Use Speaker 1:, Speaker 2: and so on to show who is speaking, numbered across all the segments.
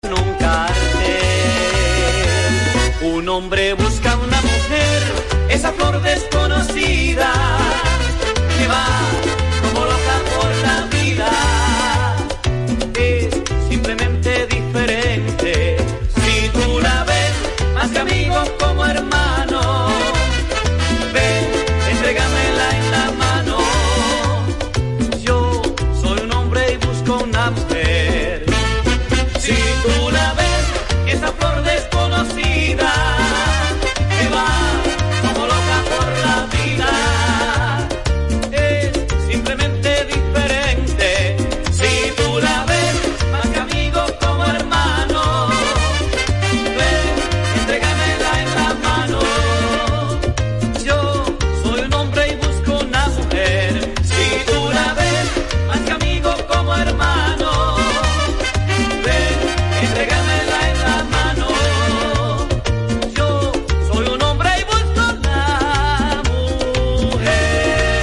Speaker 1: en un cartel. Un hombre busca una mujer, esa flor desconocida, que va como loca por la vida. Es simplemente diferente. Si tú la ves más que amigo, como hermano, ven, entrégamela en la mano. Yo soy un hombre y busco una mujer. Si tú la ves, esa flor desconocida, que va como loca por la vida, es simplemente diferente. Si tú la ves más que amigo, como hermano, ven, entrégamela en la mano. Yo soy un hombre y busco una mujer. Si tú la ves más que amigo, como hermano, ven, entrégamela en la mano. Yo soy un hombre y busco una mujer.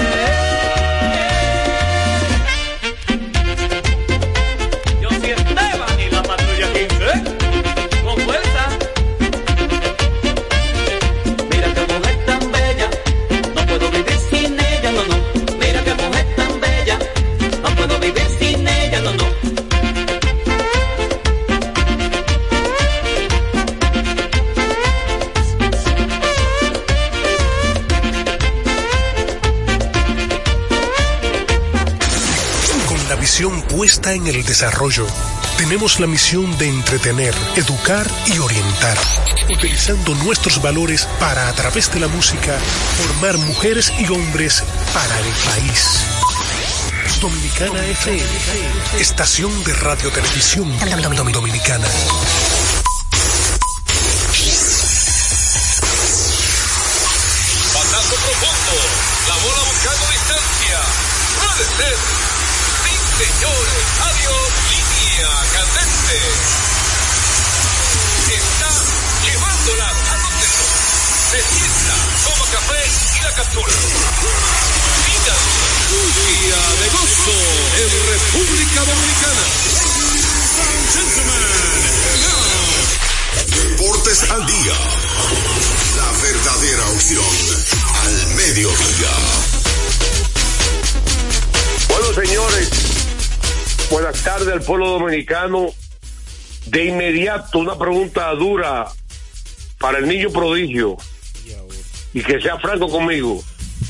Speaker 1: Yo soy Esteban y la patrulla 15, con fuerza. Mira qué mujer tan bella, no puedo vivir sin ella, no, no. Mira qué mujer tan bella, no puedo vivir sin ella, no, no.
Speaker 2: Con la visión puesta en el desarrollo, tenemos la misión de entretener, educar y orientar, utilizando nuestros valores para, a través de la música, formar mujeres y hombres para el país. Dominicana FM, estación de radio televisión dominicana.
Speaker 3: Batazo profundo, la bola buscando distancia. Puede ser. Sí, señores. Adiós, línea candente. Está llevándola a donde no. Se sienta, toma café y la captura. Mira, un día de gozo en República Dominicana.
Speaker 4: Deportes al día. La verdadera opción al mediodía.
Speaker 5: Bueno, señores, buenas tardes al pueblo dominicano. De inmediato, una pregunta dura para el niño prodigio. Y que sea franco conmigo.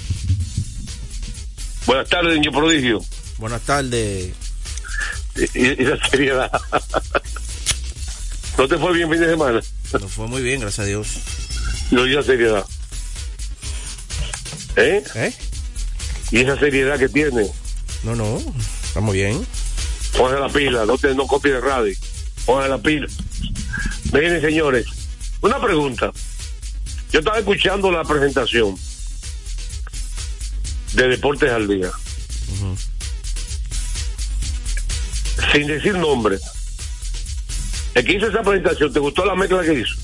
Speaker 5: Buenas tardes, niño prodigio.
Speaker 6: Buenas tardes.
Speaker 5: Y esa seriedad. ¿No te fue bien fin de semana?
Speaker 6: Nos fue muy bien, gracias a Dios.
Speaker 5: No, y esa seriedad. ¿Eh? ¿Y esa seriedad que tiene?
Speaker 6: No, estamos bien.
Speaker 5: Póngase la pila, no copie de radio. Póngase la pila. Miren, señores, una pregunta. Yo estaba escuchando la presentación de Deportes al Día. Sin decir nombre. El que hizo esa presentación, ¿te gustó la mezcla que hizo?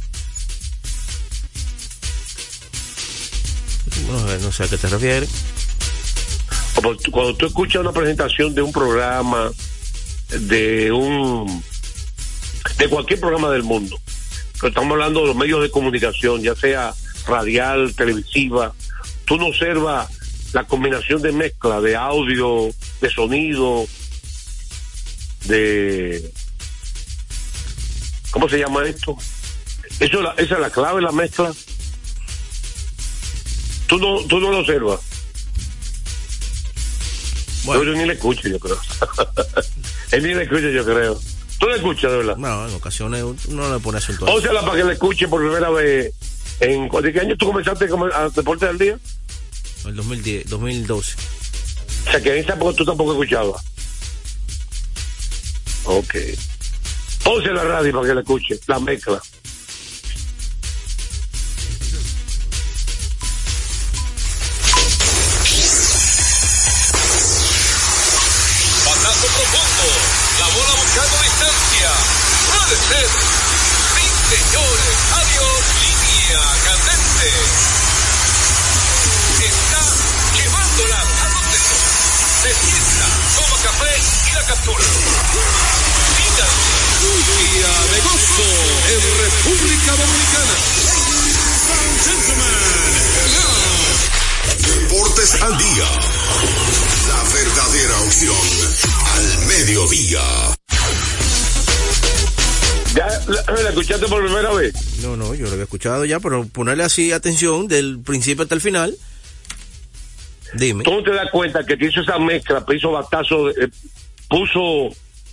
Speaker 6: No sé a qué te refieres.
Speaker 5: Cuando tú escuchas una presentación de un programa, de cualquier programa del mundo, pero estamos hablando de los medios de comunicación, ya sea radial, televisiva, tú no observas la combinación de mezcla de audio, de sonido, de... ¿Cómo se llama esto? Esa es la clave, la mezcla. Tú no lo observas. Bueno. Yo ni le escucho, yo creo. Él ni le escucha, yo creo. ¿Tú le escuchas, de verdad?
Speaker 6: No, en ocasiones uno le pone asunto.
Speaker 5: O sea, para que le escuche por primera vez. ¿De qué año tú comenzaste a Deportes al Día?
Speaker 6: El 2012.
Speaker 5: O sea, que en esa época tú tampoco escuchabas. Ok. Ponse la radio para que le escuche, la mezcla.
Speaker 3: Batazo profundo, la bola buscando distancia. Puede ser. Sí, señores. Adiós, línea candente. Está llevándola a donde no. Se sienta, toma café y la captura. Mira, Día de gozo en República Dominicana.
Speaker 4: Deportes al día. La verdadera opción al mediodía.
Speaker 5: ¿Ya la escuchaste por primera vez?
Speaker 6: No, yo lo había escuchado ya, pero ponerle así atención del principio hasta el final. Dime.
Speaker 5: Tú te das cuenta que te hizo esa mezcla, hizo batazo, puso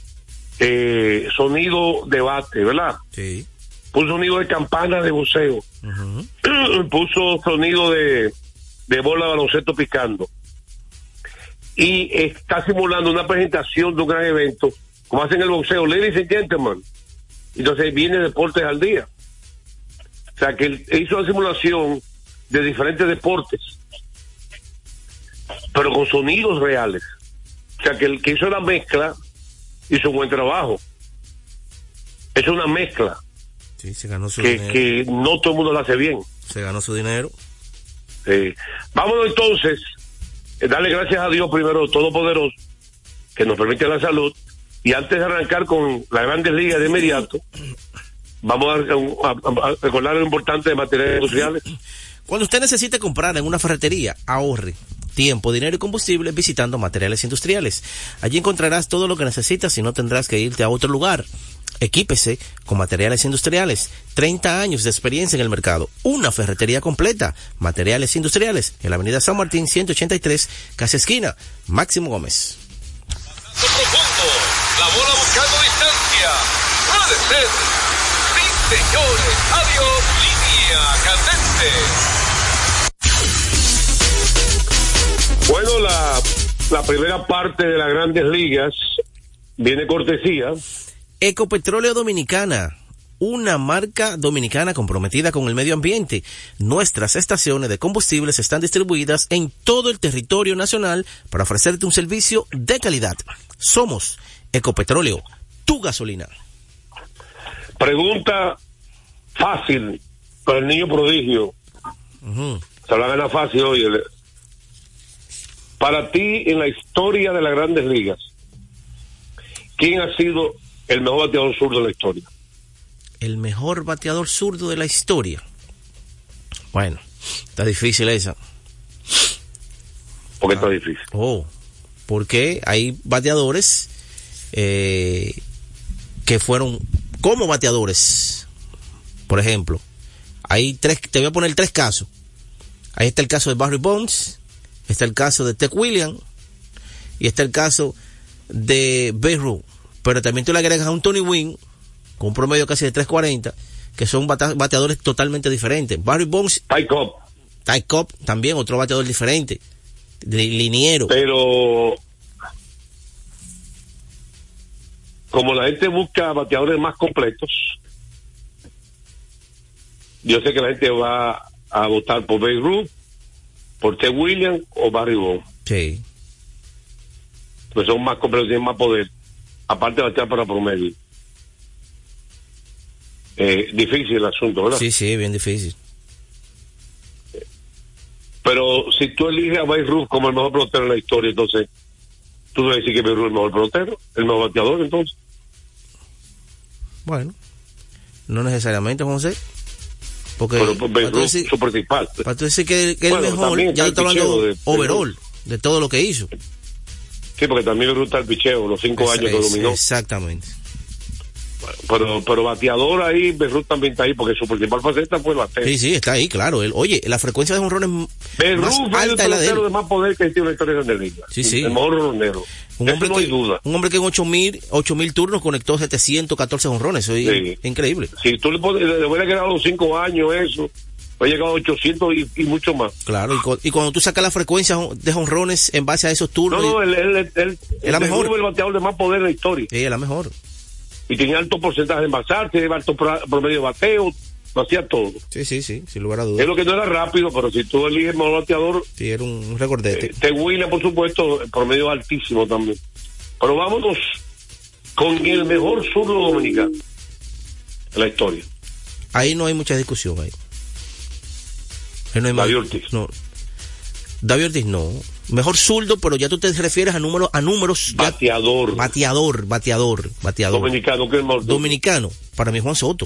Speaker 5: sonido de bate, ¿verdad?
Speaker 6: Sí.
Speaker 5: Puso sonido de campana de buceo. Puso sonido de bola de baloncesto picando. Y está simulando una presentación de un gran evento, como hacen el boxeo, ladies and gentlemen. Entonces viene Deportes al Día. O sea, que él hizo la simulación de diferentes deportes, pero con sonidos reales. O sea, que el que hizo la mezcla hizo un buen trabajo. Es una mezcla.
Speaker 6: Sí, se ganó su dinero.
Speaker 5: Que no todo el mundo la hace bien.
Speaker 6: Se ganó su dinero.
Speaker 5: Vámonos entonces. Darle gracias a Dios primero, Todopoderoso, que nos permite la salud. Y antes de arrancar con las Grandes Ligas de inmediato, vamos a recordar lo importante de materiales industriales.
Speaker 6: Cuando usted necesite comprar en una ferretería, ahorre tiempo, dinero y combustible visitando Materiales Industriales. Allí encontrarás todo lo que necesitas y no tendrás que irte a otro lugar. Equípese con Materiales Industriales. 30 años de experiencia en el mercado. Una ferretería completa. Materiales Industriales. En la avenida San Martín 183, casi esquina. Máximo Gómez.
Speaker 3: Profundo. La bola buscando distancia. Puede ser. Sí, señores. Adiós. Línea candente.
Speaker 5: Bueno, la primera parte de las Grandes Ligas viene cortesía
Speaker 6: Ecopetróleo Dominicana, una marca dominicana comprometida con el medio ambiente. Nuestras estaciones de combustibles están distribuidas en todo el territorio nacional para ofrecerte un servicio de calidad. Somos Ecopetróleo, tu gasolina.
Speaker 5: Pregunta fácil para el niño prodigio. Se la gana fácil hoy. Para ti, en la historia de las Grandes Ligas, ¿quién ha sido el mejor bateador zurdo de la historia?
Speaker 6: El mejor bateador zurdo de la historia. Bueno, está difícil esa.
Speaker 5: ¿Por qué está difícil?
Speaker 6: Porque hay bateadores que fueron como bateadores. Por ejemplo, hay te voy a poner 3 casos. Ahí está el caso de Barry Bonds, está el caso de Ted Williams y está el caso de Babe Ruth. Pero también tú le agregas a un Tony Gwynn con un promedio casi de 340, que son bateadores totalmente diferentes. Barry Bonds, Ty Cobb también otro bateador diferente, liniero.
Speaker 5: Pero como la gente busca bateadores más completos, yo sé que la gente va a votar por Babe Ruth, por Ted Williams o Barry Bonds.
Speaker 6: Sí.
Speaker 5: Pues son más completos, tienen más poder. Aparte de batear para promedio. Difícil el asunto, ¿verdad?
Speaker 6: Sí, bien difícil.
Speaker 5: Pero si tú eliges a Babe Ruth como el mejor pelotero en la historia, entonces tú debes decir que Babe Ruth es el mejor pelotero, el mejor bateador, entonces.
Speaker 6: Bueno, no necesariamente, José. Porque
Speaker 5: pero Babe Ruth es su principal.
Speaker 6: Para tú decir que es el mejor, ya está hablando de overall, de todo lo que hizo.
Speaker 5: Sí, porque también le gusta el picheo, los 5 años que dominó.
Speaker 6: Exactamente.
Speaker 5: Pero bateador ahí, Berrut también está ahí, porque su principal faceta fue el bateo.
Speaker 6: Sí, está ahí, claro. Oye, la frecuencia de jonrones más alta es la de él.
Speaker 5: De más poder que tiene una historia de liga.
Speaker 6: Sí.
Speaker 5: El mejor jonronero. Eso no hay duda.
Speaker 6: Un hombre que en 8,000 turnos conectó 714 jonrones. Eso es increíble.
Speaker 5: Si tú le hubieras quedado los 5 años eso, ha llegado a 800 y mucho más.
Speaker 6: Claro, y cuando tú sacas la frecuencia de jonrones en base a esos turnos.
Speaker 5: No, él
Speaker 6: es la mejor.
Speaker 5: El bateador de más poder en la historia.
Speaker 6: Sí, es la mejor.
Speaker 5: Y tenía alto porcentaje de envasarse, tenía alto promedio de bateo, lo hacía todo.
Speaker 6: Sí, sin lugar a dudas.
Speaker 5: Es lo que no era rápido, pero si tú eliges mejor bateador.
Speaker 6: Sí, era un recordete.
Speaker 5: Ted Williams, por supuesto, el promedio altísimo también. Pero vámonos con el mejor zurdo dominicano en la historia.
Speaker 6: Ahí no hay mucha discusión ahí. No hay
Speaker 5: David Ortiz.
Speaker 6: No. David Ortiz no. Mejor zurdo, pero ya tú te refieres a números.
Speaker 5: Bateador.
Speaker 6: Bateador.
Speaker 5: Dominicano, ¿qué es el
Speaker 6: Dominicano. Para mí Juan Soto.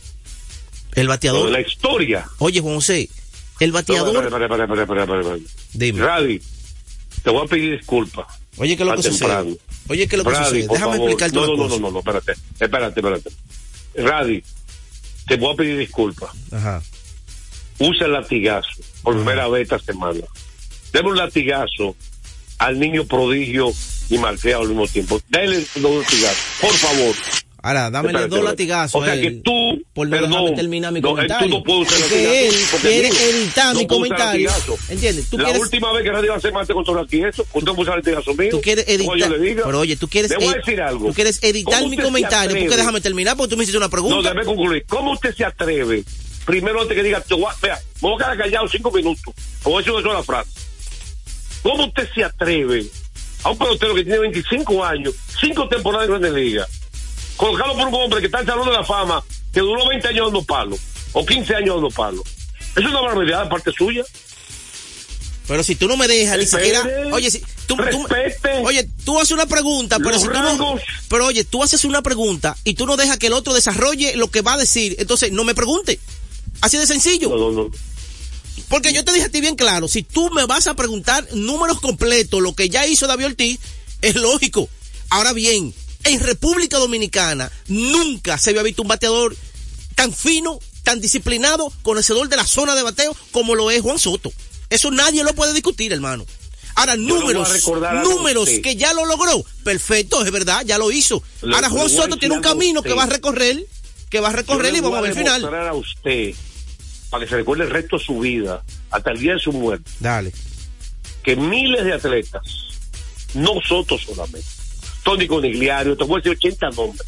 Speaker 6: El bateador.
Speaker 5: de la historia.
Speaker 6: Oye, Juan José, el bateador.
Speaker 5: Espera.
Speaker 6: Dime.
Speaker 5: Radi, te voy a pedir disculpas.
Speaker 6: Oye, ¿qué es lo que sucede? Déjame explicarte una cosa.
Speaker 5: No, espérate. Radi, te voy a pedir disculpas.
Speaker 6: Ajá.
Speaker 5: Usa el latigazo por primera vez esta semana. Deme un latigazo al niño prodigio y malcriado al mismo tiempo. Dale dos latigazos, por favor.
Speaker 6: Ahora, dámele dos latigazos.
Speaker 5: O sea que tú,
Speaker 6: por no dejarme terminar mi comentario.
Speaker 5: Tú no puedes usar
Speaker 6: porque él quiere editar mi comentario. ¿Entiendes?
Speaker 5: La última vez que nadie va a hacer más te controla aquí eso, cuando usar el latigazo mío.
Speaker 6: Tú quieres editar. Pero oye, tú quieres.
Speaker 5: Te voy a decir algo.
Speaker 6: Tú quieres editar mi comentario. Porque déjame terminar, porque tú me hiciste una pregunta.
Speaker 5: No, déjame concluir. ¿Cómo usted se atreve? Primero, antes que diga, vea, me voy a quedar callado 5 minutos. Como eso es la frase. ¿Cómo usted se atreve a un pelotero que tiene 25 años, 5 temporadas en Grandes Ligas, colocarlo por un hombre que está en el Salón de la Fama, que duró 20 años dando palos, o 15 años dando palos? Es una barbaridad de parte suya.
Speaker 6: Pero si tú no me dejas ni siquiera, oye, si tú haces una pregunta, pero si tú no, pero oye, tú haces una pregunta y tú no dejas que el otro desarrolle lo que va a decir, entonces no me pregunte. Así de sencillo.
Speaker 5: No.
Speaker 6: Porque yo te dije a ti bien claro, si tú me vas a preguntar números completos, lo que ya hizo David Ortiz, es lógico. Ahora bien, en República Dominicana nunca se había visto un bateador tan fino, tan disciplinado, conocedor de la zona de bateo como lo es Juan Soto. Eso nadie lo puede discutir, hermano. Ahora, números que ya lo logró, perfecto, es verdad, ya lo hizo. Ahora Juan Soto tiene un camino que va a recorrer y vamos a ver el final.
Speaker 5: Yo le voy a demostrar a usted, para que se recuerde el resto de su vida, hasta el día de su muerte.
Speaker 6: Dale.
Speaker 5: Que miles de atletas, no Soto solamente, Tony Conigliario, te voy a decir 80 nombres,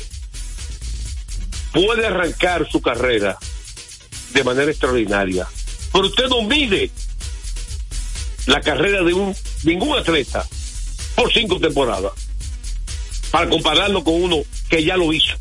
Speaker 5: puede arrancar su carrera de manera extraordinaria. Pero usted no mide la carrera de ningún atleta por 5 temporadas para compararlo con uno que ya lo hizo,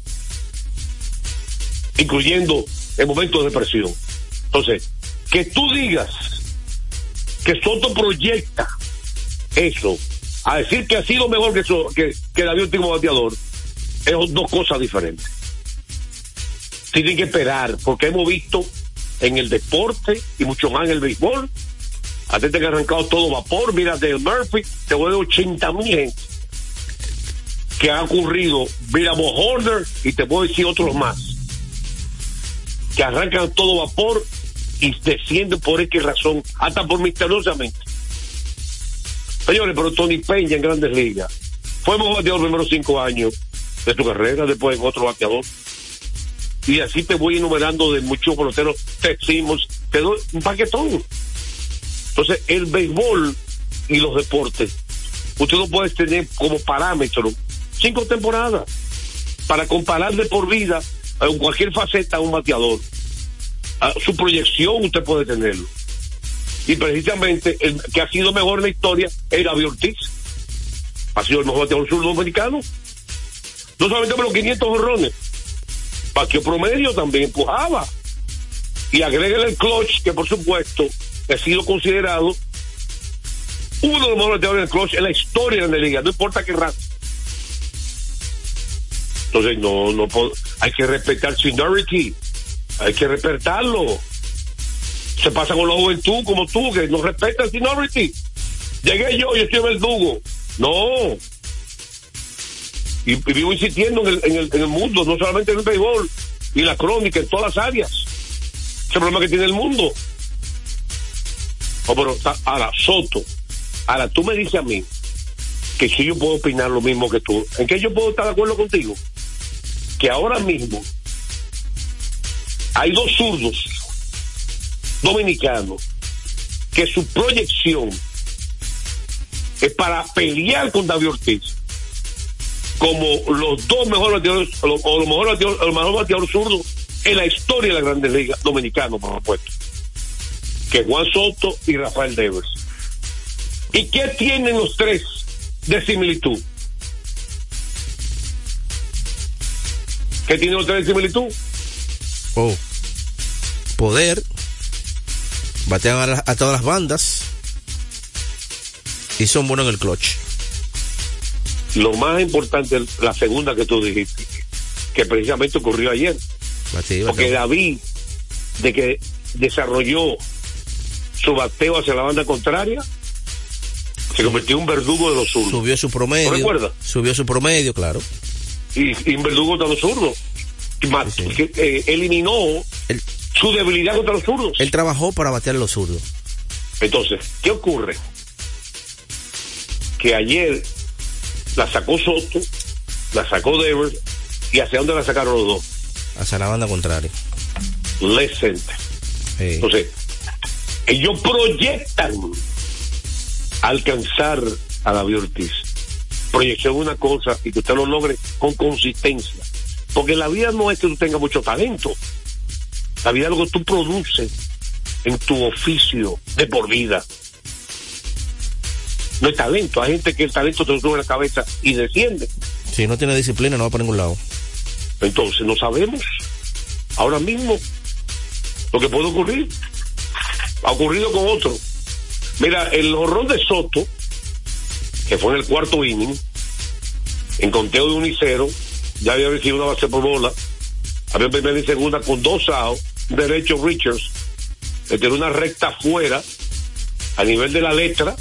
Speaker 5: incluyendo en momentos de presión. Entonces, que tú digas que Soto proyecta eso a decir que ha sido mejor que David Ortiz como bateador, es dos cosas diferentes. Tienen que esperar, porque hemos visto en el deporte y mucho más en el béisbol atletas que han arrancado todo vapor. Mira, Dale Murphy, te voy a 80,000 gente que ha ocurrido. Mira, Bo Horner, y te puedo decir otros más que arrancan todo vapor y descienden por X razón, hasta por misteriosamente. Señores, pero Tony Peña en Grandes Ligas fue mejor bateador los primeros 5 años de tu carrera, después otro bateador, y así te voy enumerando de muchos peloteros. Ted Simmons, te doy un paquetón. Entonces, el béisbol y los deportes, usted no puede tener como parámetro 5 temporadas para comparar de por vida en cualquier faceta a un bateador. Su proyección usted puede tenerlo. Y precisamente el que ha sido mejor en la historia es David Ortiz. Ha sido el mejor bateador sudamericano. No solamente por los 500 jonrones, bateó promedio, también empujaba. Y agréguele el clutch, que por supuesto ha sido considerado uno de los mejores bateadores del clutch en la historia de la liga, no importa qué raza. Entonces no hay que respetar seniority, hay que respetarlo. Se pasa con la juventud como tú, que no respetan seniority. Llegué yo estoy verdugo. No. Y vivo insistiendo en el mundo, no solamente en el béisbol y la crónica, en todas las áreas. Ese problema que tiene el mundo. Pero ahora, Soto, ahora tú me dices a mí que si yo puedo opinar lo mismo que tú, ¿en qué yo puedo estar de acuerdo contigo? Que ahora mismo hay 2 zurdos dominicanos que su proyección es para pelear con David Ortiz como los 2 mejores bateadores, o los mejores bateadores zurdos en la historia de la Grandes Ligas dominicano, por supuesto, que Juan Soto y Rafael Devers. ¿Y qué tienen los 3 de similitud? ¿Qué tienen los 3 de similitud?
Speaker 6: Poder, batean a todas las bandas, Y son buenos en el clutch.
Speaker 5: Lo más importante es la segunda que tú dijiste, que precisamente ocurrió ayer. Porque David, de que desarrolló su bateo hacia la banda contraria, se convirtió en un verdugo de los zurdos.
Speaker 6: Subió su promedio.
Speaker 5: ¿No recuerdas?
Speaker 6: Subió su promedio, claro.
Speaker 5: Y un verdugo de los zurdos. Eliminó su debilidad contra los zurdos.
Speaker 6: Él trabajó para batear a los zurdos.
Speaker 5: Entonces, ¿qué ocurre? Que ayer la sacó Soto, la sacó Devers, ¿y hacia dónde la sacaron los dos?
Speaker 6: Hacia la banda contraria.
Speaker 5: Left center. Entonces, ellos proyectan alcanzar a David Ortiz. Proyección es una cosa y que usted lo logre con consistencia. Porque la vida no es que tú tengas mucho talento. La vida es lo que tú produces en tu oficio de por vida. No hay talento. Hay gente que el talento te lo sube en la cabeza y desciende.
Speaker 6: Si no tiene disciplina, no va para ningún lado.
Speaker 5: Entonces, no sabemos ahora mismo lo que puede ocurrir. Ha ocurrido con otro. Mira, el jonrón de Soto, que fue en el cuarto inning, en conteo de 1-0, ya había recibido una base por bola, había primera y segunda con 2 outs, derecho Richards, le tiró una recta afuera, a nivel de la letra,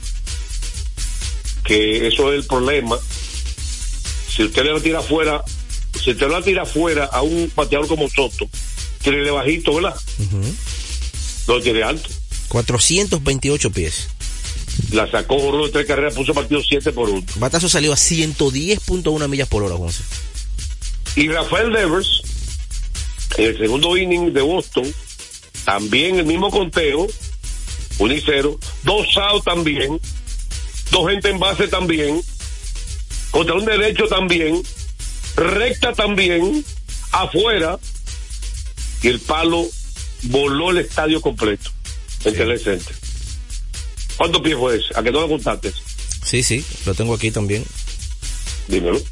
Speaker 5: que eso es el problema. Si usted le tira afuera, si usted la tira afuera a un bateador como Soto, tírele bajito, ¿verdad? No lo tiene alto.
Speaker 6: 428 pies.
Speaker 5: La sacó Jorro de 3 carreras, puso partido 7-1.
Speaker 6: Batazo salió a 110.1 millas por hora, Juanse.
Speaker 5: Y Rafael Devers, en el segundo inning de Boston, también el mismo conteo, 1-0, 2 outs también, 2 gente en base también, contra un derecho también, recta también, afuera, y el palo voló el estadio completo en Telecenter. ¿Cuántos pies fue ese? ¿A que no lo contaste?
Speaker 6: Sí, lo tengo aquí también.
Speaker 5: Dímelo.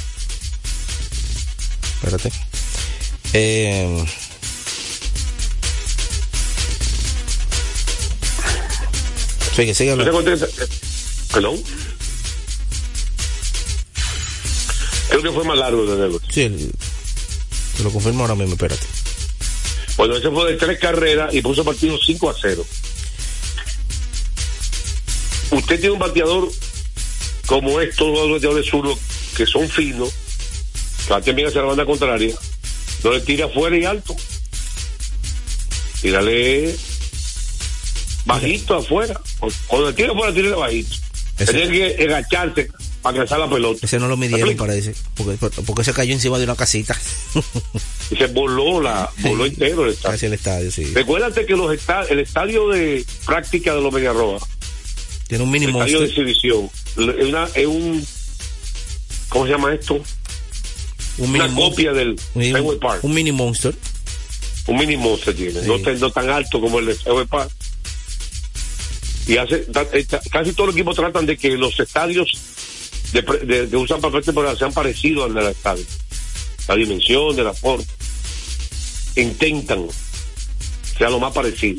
Speaker 6: Espérate. Sigue hablando.
Speaker 5: ¿Perdón? Creo que fue más largo de Devers.
Speaker 6: Sí, te lo confirmo ahora mismo, espérate.
Speaker 5: Bueno, ese fue de 3 carreras y puso partido 5-0. Usted tiene un bateador como estos dos bateadores zurdos que son finos, que baten bien hacia la banda contraria, no le tira afuera y alto. Tírale bajito afuera. Cuando le tira afuera, tírale bajito. Tiene que agacharse para alcanzar la pelota.
Speaker 6: Ese no lo midieron, parece, porque se cayó encima de una casita.
Speaker 5: Y se voló entero el estadio.
Speaker 6: Hacia el estadio, sí.
Speaker 5: Recuérdate que el estadio de práctica de los Mediarrojas
Speaker 6: tiene un mini monster.
Speaker 5: El estadio de exhibición es un, ¿cómo se llama esto? Una copia del Fenway Park.
Speaker 6: Un mini monster.
Speaker 5: Un mini monster tiene, sí. No tan alto como el de Fenway Park. Y casi todos los equipos tratan de que los estadios de usan papel temporal sean parecidos al del estadio. La dimensión de la forma. Intentan sea lo más parecido.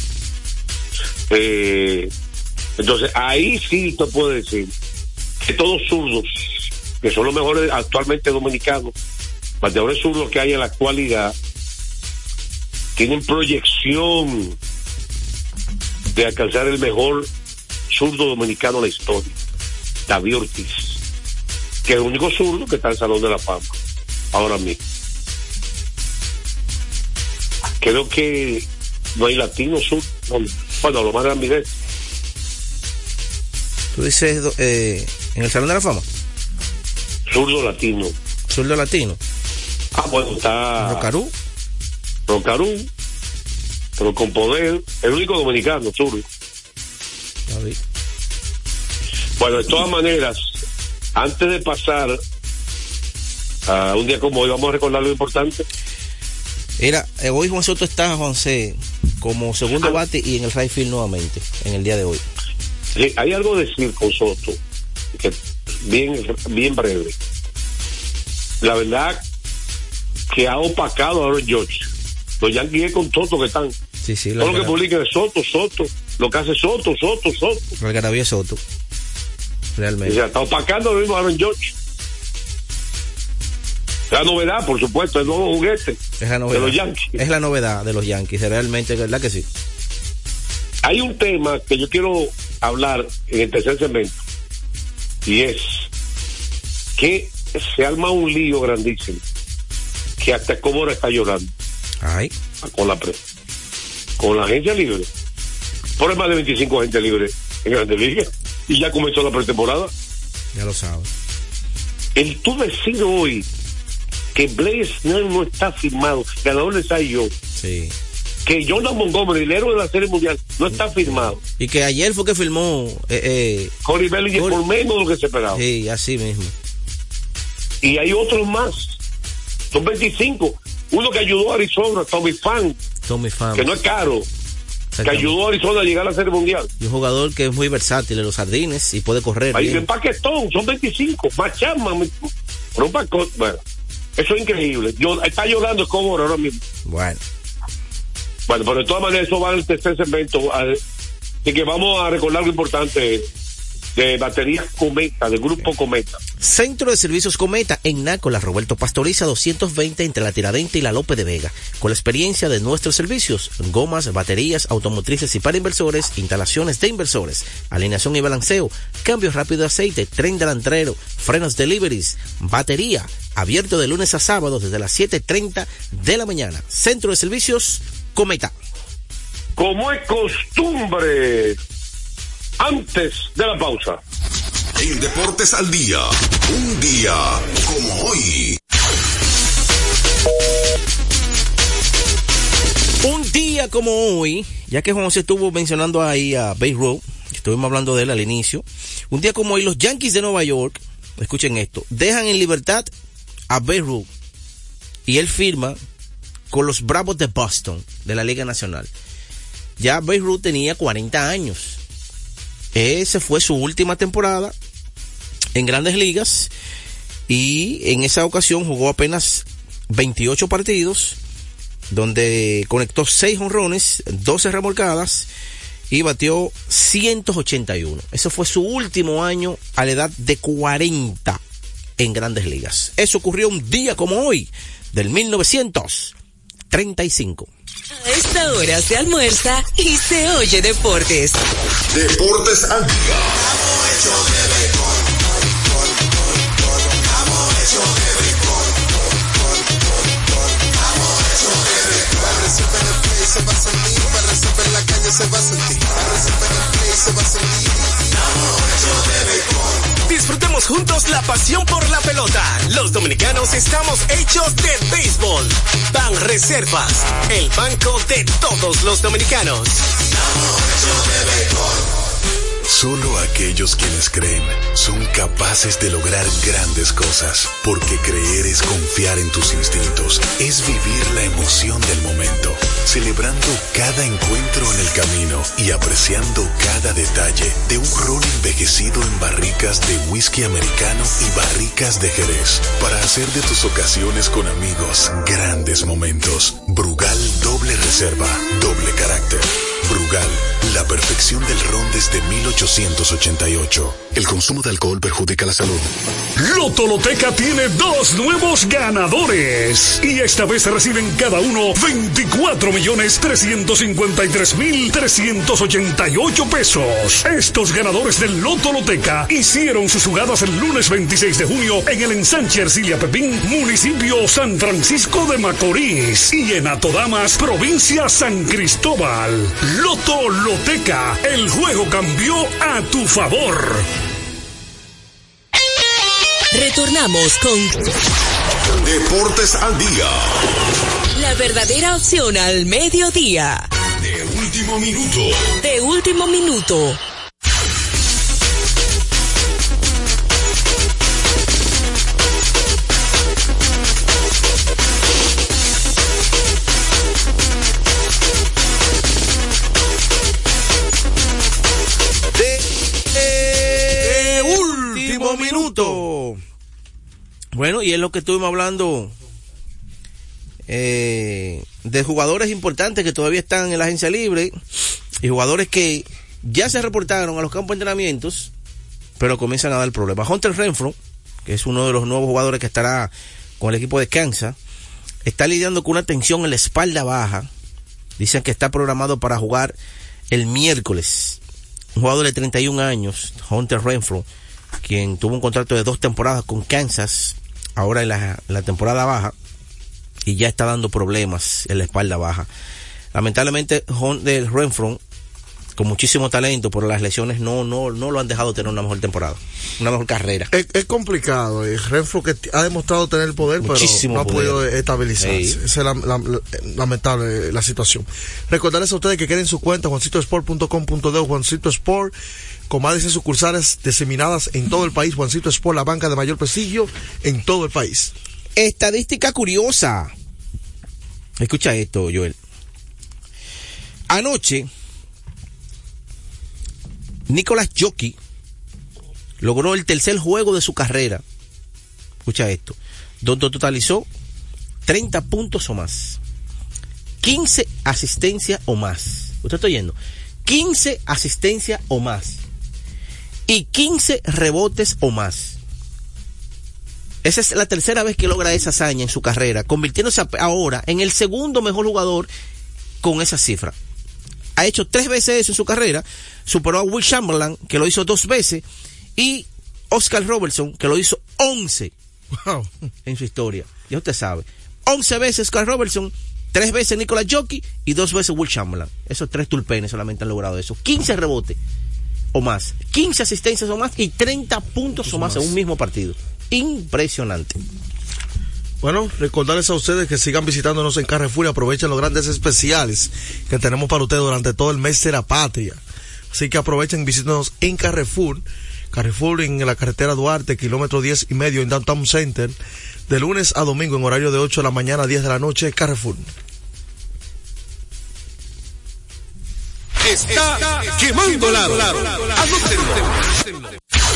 Speaker 5: Entonces ahí sí te puedo decir que todos zurdos, que son los mejores actualmente dominicanos, bateadores zurdos que hay en la actualidad, tienen proyección de alcanzar el mejor zurdo dominicano de la historia, David Ortiz, que es el único zurdo que está en el Salón de la Fama ahora mismo. Creo que no hay latino zurdo, bueno, lo más grande es.
Speaker 6: ¿Tú dices en el Salón de la Fama?
Speaker 5: Zurdo latino.
Speaker 6: ¿Zurdo latino?
Speaker 5: Bueno, está Rocarú, pero con poder, el único dominicano, zurdo. Bueno, de todas maneras, antes de pasar a un día como hoy, vamos a recordar lo importante.
Speaker 6: Mira, hoy Juan Soto está, Juanse, como segundo bate y en el right field nuevamente, en el día de hoy.
Speaker 5: Sí, hay algo de decir con Soto, que bien breve. La verdad que ha opacado a Aaron Judge. Los Yankees con Soto que están.
Speaker 6: Sí,
Speaker 5: todo lo que publican es Soto, lo que hace Soto.
Speaker 6: La algarabía es Soto. Realmente.
Speaker 5: O sea, está opacando lo mismo a Aaron George. La novedad, por supuesto, el nuevo juguete
Speaker 6: es la novedad
Speaker 5: de los Yankees.
Speaker 6: Es la novedad de los Yankees, realmente, ¿verdad que sí?
Speaker 5: Hay un tema que yo quiero hablar en el tercer segmento, y es que se arma un lío grandísimo, que hasta Cobora está llorando.
Speaker 6: Ay.
Speaker 5: Con la prensa, con la agencia libre. Por más de 25 agentes libres en Grandes Ligas, y ya comenzó la pretemporada.
Speaker 6: Ya lo sabes.
Speaker 5: El tú decir hoy que Blake Snell no está firmado, ganador de Cy Young,
Speaker 6: sí,
Speaker 5: que Jordan Montgomery, el héroe de la Serie Mundial, no está firmado,
Speaker 6: y que ayer fue que firmó
Speaker 5: Corey Bellinger por menos de lo que se esperaba.
Speaker 6: Sí, así mismo.
Speaker 5: Y hay otros más, son 25. Uno que ayudó a Arizona, Tommy Pham, que no es caro, que ayudó a Arizona a llegar a la Serie Mundial.
Speaker 6: Y un jugador que es muy versátil en los jardines y puede correr.
Speaker 5: Ahí en Paquetón, son 25. Más Chapman, bueno, eso es increíble. Está llorando Escobar ahora mismo.
Speaker 6: Bueno,
Speaker 5: pero de todas maneras eso va al tercer segmento. Así que vamos a recordar lo importante de baterías Cometa, del grupo Cometa.
Speaker 6: Centro de Servicios Cometa en Nácola, Roberto Pastoriza 220 entre la Tiradentes y la Lope de Vega. Con la experiencia de nuestros servicios, gomas, baterías, automotrices y para inversores, instalaciones de inversores, alineación y balanceo, cambio rápido de aceite, tren delantero, frenos deliveries, batería, abierto de lunes a sábados desde las 7:30 de la mañana. Centro de Servicios Cometa.
Speaker 5: Como es costumbre, antes de la pausa.
Speaker 4: En Deportes al Día, un día como hoy.
Speaker 6: Un día como hoy, ya que Juan José estuvo mencionando ahí a Babe Ruth, estuvimos hablando de él al inicio, un día como hoy los Yankees de Nueva York, escuchen esto, dejan en libertad a Babe Ruth y él firma con los Bravos de Boston de la Liga Nacional. Ya Babe Ruth tenía 40 años. Esa fue su última temporada en Grandes Ligas y en esa ocasión jugó apenas 28 partidos donde conectó 6 jonrones, 12 remolcadas y batió 181. Ese fue su último año a la edad de 40 en Grandes Ligas. Eso ocurrió un día como hoy del 1935.
Speaker 7: A esta hora se almuerza y se oye deportes.
Speaker 4: Deportes al día.
Speaker 8: Disfrutemos juntos la pasión por la pelota. Los dominicanos estamos hechos de béisbol. Banreservas, el banco de todos los dominicanos.
Speaker 9: Solo aquellos quienes creen son capaces de lograr grandes cosas, porque creer es confiar en tus instintos, es vivir la emoción del momento, celebrando cada encuentro en el camino y apreciando cada detalle de un ron envejecido en barricas de whisky americano y barricas de Jerez, para hacer de tus ocasiones con amigos grandes momentos. Brugal doble reserva, doble carácter. Brugal, la perfección del ron desde 1888. El consumo de alcohol perjudica la salud.
Speaker 2: Lotoloteca tiene 2 nuevos ganadores y esta vez reciben cada uno 24.353.388 pesos. Estos ganadores del Lotoloteca hicieron sus jugadas el lunes 26 de junio en el ensanche Ercilia Pepín, municipio San Francisco de Macorís, y en Atodamas, provincia San Cristóbal. Lotoloteca, el juego cambió a tu favor.
Speaker 7: Retornamos con
Speaker 4: Deportes al Día.
Speaker 7: la verdadera opción al mediodía.
Speaker 4: De último minuto.
Speaker 7: De último minuto.
Speaker 6: Bueno, y es lo que estuvimos hablando de jugadores importantes que todavía están en la agencia libre y jugadores que ya se reportaron a los campos de entrenamientos, pero comienzan a dar problemas. Hunter Renfroe, que es uno de los nuevos jugadores que estará con el equipo de Kansas, está lidiando con una tensión en la espalda baja. Dicen que está programado para jugar el miércoles. Un jugador de 31 años, Hunter Renfroe, quien tuvo un contrato de 2 temporadas con Kansas, ahora en la temporada baja, y ya está dando problemas en la espalda baja. Lamentablemente, Hunter Renfroe, con muchísimo talento, pero las lesiones no lo han dejado tener una mejor temporada, una mejor carrera.
Speaker 10: Es complicado. Renfroe que ha demostrado tener poder, muchísimo, pero no ha podido estabilizarse. Sí. Esa es lamentable la situación. Recordarles a ustedes que quieren su cuenta, juancitosport.com.de, Juancito Sport, con más de 100 sucursales diseminadas en todo el país. Juancito Sport, la banca de mayor prestigio en todo el país.
Speaker 6: Estadística curiosa. Escucha esto, Joel. Anoche, Nicolás Jockey logró el tercer juego de su carrera. Escucha esto. Donde totalizó 30 puntos o más, 15 asistencias o más. ¿Usted está oyendo? 15 asistencias o más y 15 rebotes o más. Esa es la tercera vez que logra esa hazaña en su carrera, convirtiéndose ahora en el segundo mejor jugador con esa cifra. Ha hecho 3 veces eso en su carrera, superó a Will Chamberlain, que lo hizo 2 veces, y Oscar Robertson, que lo hizo 11 en su historia. Ya usted sabe, 11 veces Oscar Robertson, 3 veces Nicolás Jockey y 2 veces Will Chamberlain. Esos 3 tulpenes solamente han logrado eso. 15 rebotes o más, 15 asistencias o más y 30 puntos o más en un mismo partido. Impresionante.
Speaker 10: Bueno, recordarles a ustedes que sigan visitándonos en Carrefour y aprovechen los grandes especiales que tenemos para ustedes durante todo el mes de la patria. Así que aprovechen y visítenos en Carrefour. Carrefour en la carretera Duarte, kilómetro 10.5 en Downtown Center, de lunes a domingo en horario de 8 de la mañana a 10 de la noche. Carrefour.
Speaker 3: Está quemando lado. Anótenlo.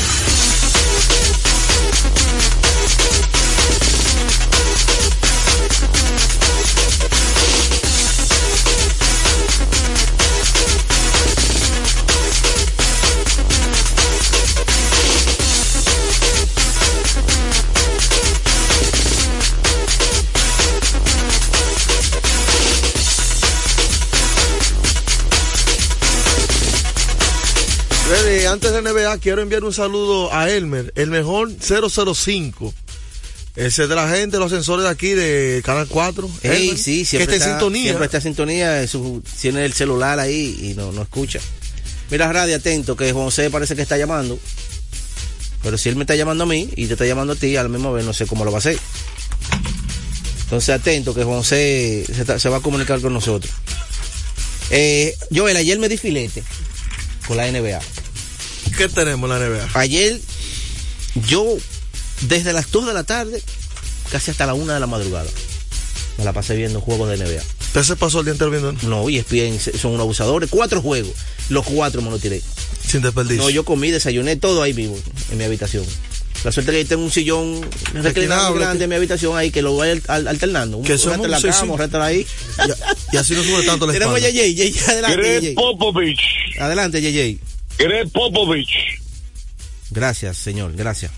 Speaker 10: Antes de NBA, quiero enviar un saludo a Elmer, el mejor 005. Ese es de la gente, los sensores de aquí de Canal 4.
Speaker 6: Elmer, sí, siempre
Speaker 10: está en sintonía.
Speaker 6: Siempre está en sintonía, tiene el celular ahí y no escucha. Mira, radio, atento, que José parece que está llamando. Pero si él me está llamando a mí y te está llamando a ti, a la misma vez no sé cómo lo va a hacer. Entonces, atento, que José se va a comunicar con nosotros. Joel, ayer me di filete con la NBA.
Speaker 10: ¿Qué tenemos en la NBA?
Speaker 6: Ayer, yo, desde las 2 de la tarde, casi hasta la 1 de la madrugada, me la pasé viendo juegos de NBA.
Speaker 10: ¿Usted se pasó el día entero viendo?
Speaker 6: No, y ESPN son unos abusadores. 4 juegos, los 4 me los tiré.
Speaker 10: Sin desperdicio.
Speaker 6: No, yo comí, desayuné, todo ahí mismo, en mi habitación. La suerte es que tengo un sillón reclinable grande en mi habitación ahí, que lo voy alternando.
Speaker 10: Que somos
Speaker 6: la cama, un ahí.
Speaker 10: Y así no sube tanto la espalda.
Speaker 6: Tenemos a JJ, adelante,
Speaker 5: Greg Popovich.
Speaker 6: Adelante, JJ.
Speaker 5: Greg Popovich.
Speaker 6: Gracias, señor, gracias.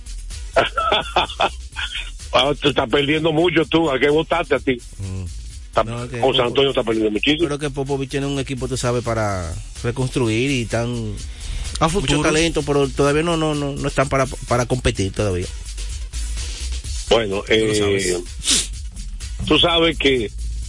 Speaker 5: Te estás perdiendo mucho tú, hay que votarte a ti. Con San Antonio está perdiendo muchísimo.
Speaker 6: Creo que Popovich tiene un equipo, tú sabes, para reconstruir y tan
Speaker 10: a futuro.
Speaker 6: Mucho talento, pero todavía no están para competir todavía.
Speaker 5: Bueno, tú sabes que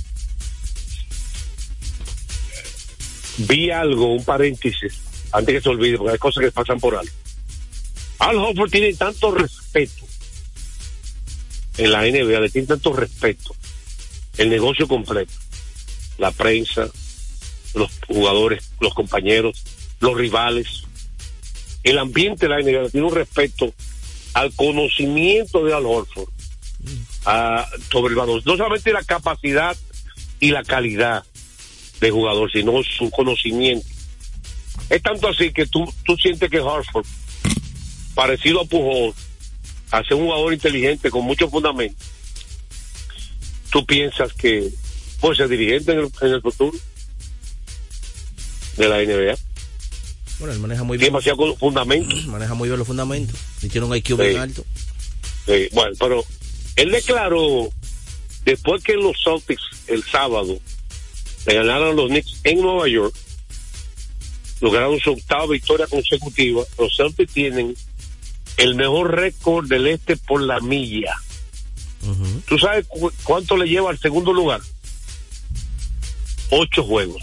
Speaker 5: vi algo, un paréntesis, antes que se olvide, porque hay cosas que pasan por algo. Al Horford tiene tanto respeto en la NBA, le tiene tanto respeto el negocio completo, la prensa, los jugadores, los compañeros, los rivales, el ambiente de la NBA, tiene un respeto al conocimiento de Al Horford sobre el valor, no solamente la capacidad y la calidad de jugador, sino su conocimiento. Es tanto así que tú sientes que Horford, parecido a Pujol, a ser un jugador inteligente con mucho fundamento, tú piensas que puede ser dirigente en el futuro de la NBA.
Speaker 6: Bueno, él maneja muy bien.
Speaker 5: Demasiado fundamentos.
Speaker 6: Maneja muy bien los fundamentos. Y tiene un IQ bien alto.
Speaker 5: Bueno, pero él declaró, después que los Celtics el sábado le ganaron a los Knicks en Nueva York, lograron su 8ª victoria consecutiva. Los Celtics tienen el mejor récord del este por la milla. ¿Tú sabes cuánto le lleva al segundo lugar? 8 juegos.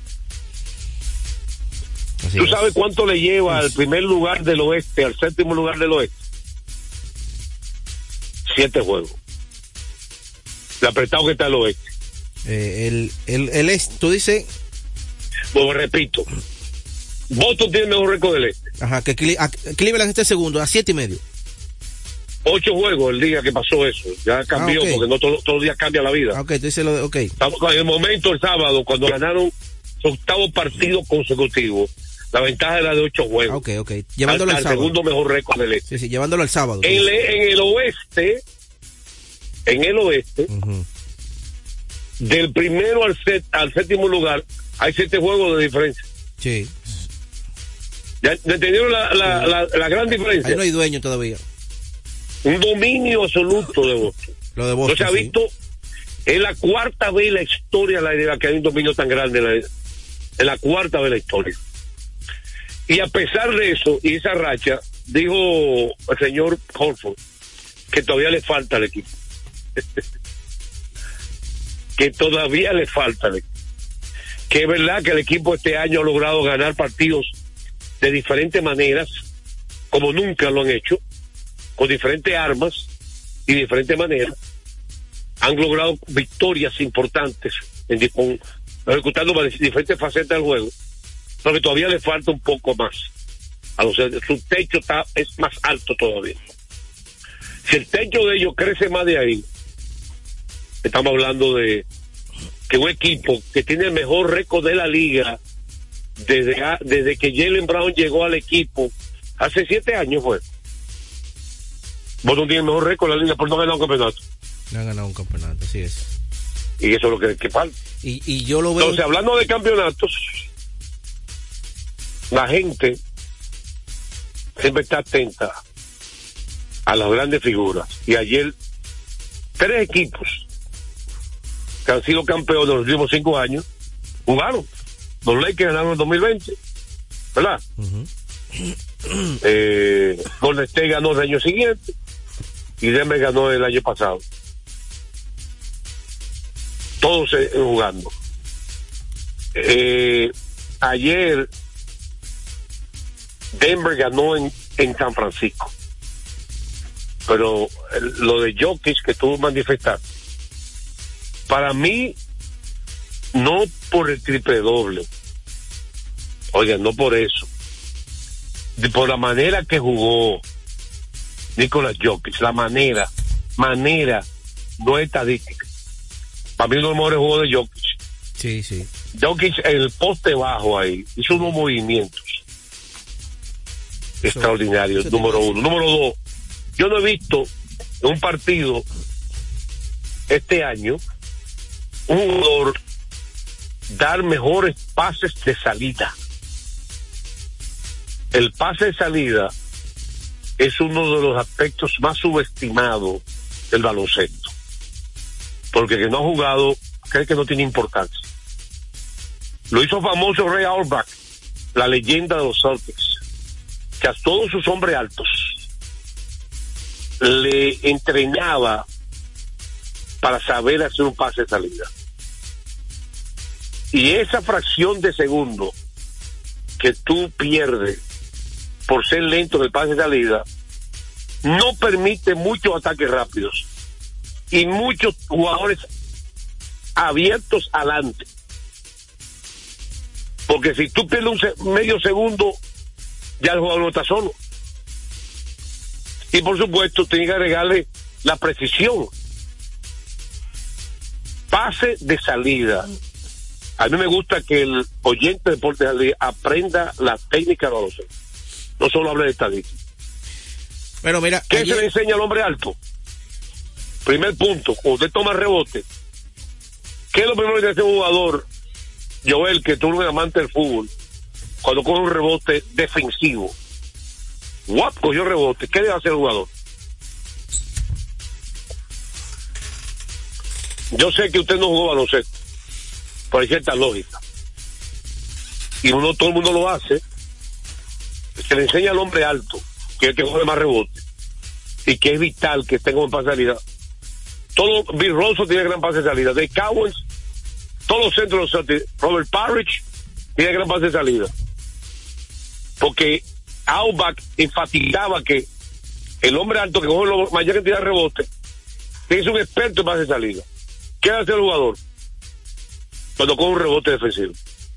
Speaker 5: ¿Tú sabes cuánto le lleva al primer lugar del oeste, al 7º lugar del oeste? 7 juegos. El apretado que está el oeste.
Speaker 6: El este, tú dices.
Speaker 5: Pues repito. Boston tiene el mejor récord del este.
Speaker 6: Ajá, que Cleveland este segundo, a 7.5.
Speaker 5: 8 juegos el día que pasó eso. Ya cambió, okay. Porque no todos los días cambia la vida.
Speaker 6: Ok, tú dices lo de. Ok.
Speaker 5: Estamos en el momento, el sábado, cuando ganaron su 8º partido consecutivo. La ventaja era de 8 juegos.
Speaker 6: Ok. Llevándolo al sábado.
Speaker 5: Segundo mejor récord del este.
Speaker 6: Sí, llevándolo al sábado.
Speaker 5: En el oeste, del primero al 7º lugar, hay 7 juegos de diferencia.
Speaker 6: Sí.
Speaker 5: ¿Ya entendieron la gran diferencia?
Speaker 6: Ahí no hay dueño todavía.
Speaker 5: Un dominio absoluto de Boston.
Speaker 6: Lo de Boston.
Speaker 5: No se ha visto, es la 4ª vez en la historia la que hay un dominio tan grande. Es la 4ª vez en la historia. Y a pesar de eso, y esa racha, dijo el señor Horford que todavía le falta al equipo. Que todavía le falta al equipo. Que es verdad que el equipo este año ha logrado ganar partidos de diferentes maneras, como nunca lo han hecho, con diferentes armas y diferentes maneras. Han logrado victorias importantes, ejecutando diferentes facetas del juego. Pero que todavía le falta un poco más. Su techo es más alto todavía. Si el techo de ellos crece más de ahí, estamos hablando de que un equipo que tiene el mejor récord de la liga desde que Jaylen Brown llegó al equipo hace 7 años fue. Boston tiene el mejor récord de la liga por no ganar un campeonato.
Speaker 6: No han ganado un campeonato, así es.
Speaker 5: Y eso es lo que falta.
Speaker 6: Y yo lo veo.
Speaker 5: Entonces, hablando de campeonatos, la gente siempre está atenta a las grandes figuras. Y ayer, 3 equipos que han sido campeones de los últimos 5 años jugaron. Los Lakers ganaron en 2020, ¿verdad? Golden State ganó el año siguiente y Denver ganó el año pasado. Todos jugando. Ayer Denver ganó en San Francisco, pero lo de Jokic que tuvo manifestar, para mí, no por el triple doble, oigan, no por eso, por la manera que jugó Nikola Jokic, la manera, no estadística. Para mí uno de los mejores juegos de Jokic.
Speaker 6: Sí.
Speaker 5: Jokic en el poste bajo ahí, hizo unos movimientos extraordinarios, número 1. Número 2, yo no he visto en un partido este año un jugador dar mejores pases de salida. El pase de salida es uno de los aspectos más subestimados del baloncesto, porque el que no ha jugado cree que no tiene importancia. Lo hizo famoso Ray Auerbach, la leyenda de los Celtics, que a todos sus hombres altos le entrenaba para saber hacer un pase de salida. Y esa fracción de segundo que tú pierdes por ser lento en el pase de salida no permite muchos ataques rápidos y muchos jugadores abiertos adelante. Porque si tú pierdes medio segundo, ya el jugador no está solo. Y por supuesto, tienes que agregarle la precisión. Pase de salida. A mí me gusta que el oyente de deporte aprenda la técnica de baloncesto. No solo hable de estadística.
Speaker 6: Pero mira,
Speaker 5: ¿qué se le enseña al hombre alto? Primer punto, cuando usted toma rebote, ¿qué es lo primero que hace un jugador, Joel, que tú eres un amante del fútbol, cuando coge un rebote defensivo? Cogió rebote, ¿qué debe hacer el jugador? Yo sé que usted no jugó baloncesto, pero hay cierta lógica. Y todo el mundo lo hace. Se le enseña al hombre alto, que es el que juega más rebote, y que es vital que tenga un pase de salida. Bill Russell tiene gran pase de salida. De Cowens, todos los centros, Robert Parrish tiene gran pase de salida. Porque Auerbach enfatizaba que el hombre alto que coge la mayor cantidad de rebote tiene que ser un experto en pase de salida. ¿Qué hace el jugador cuando coge un rebote defensivo?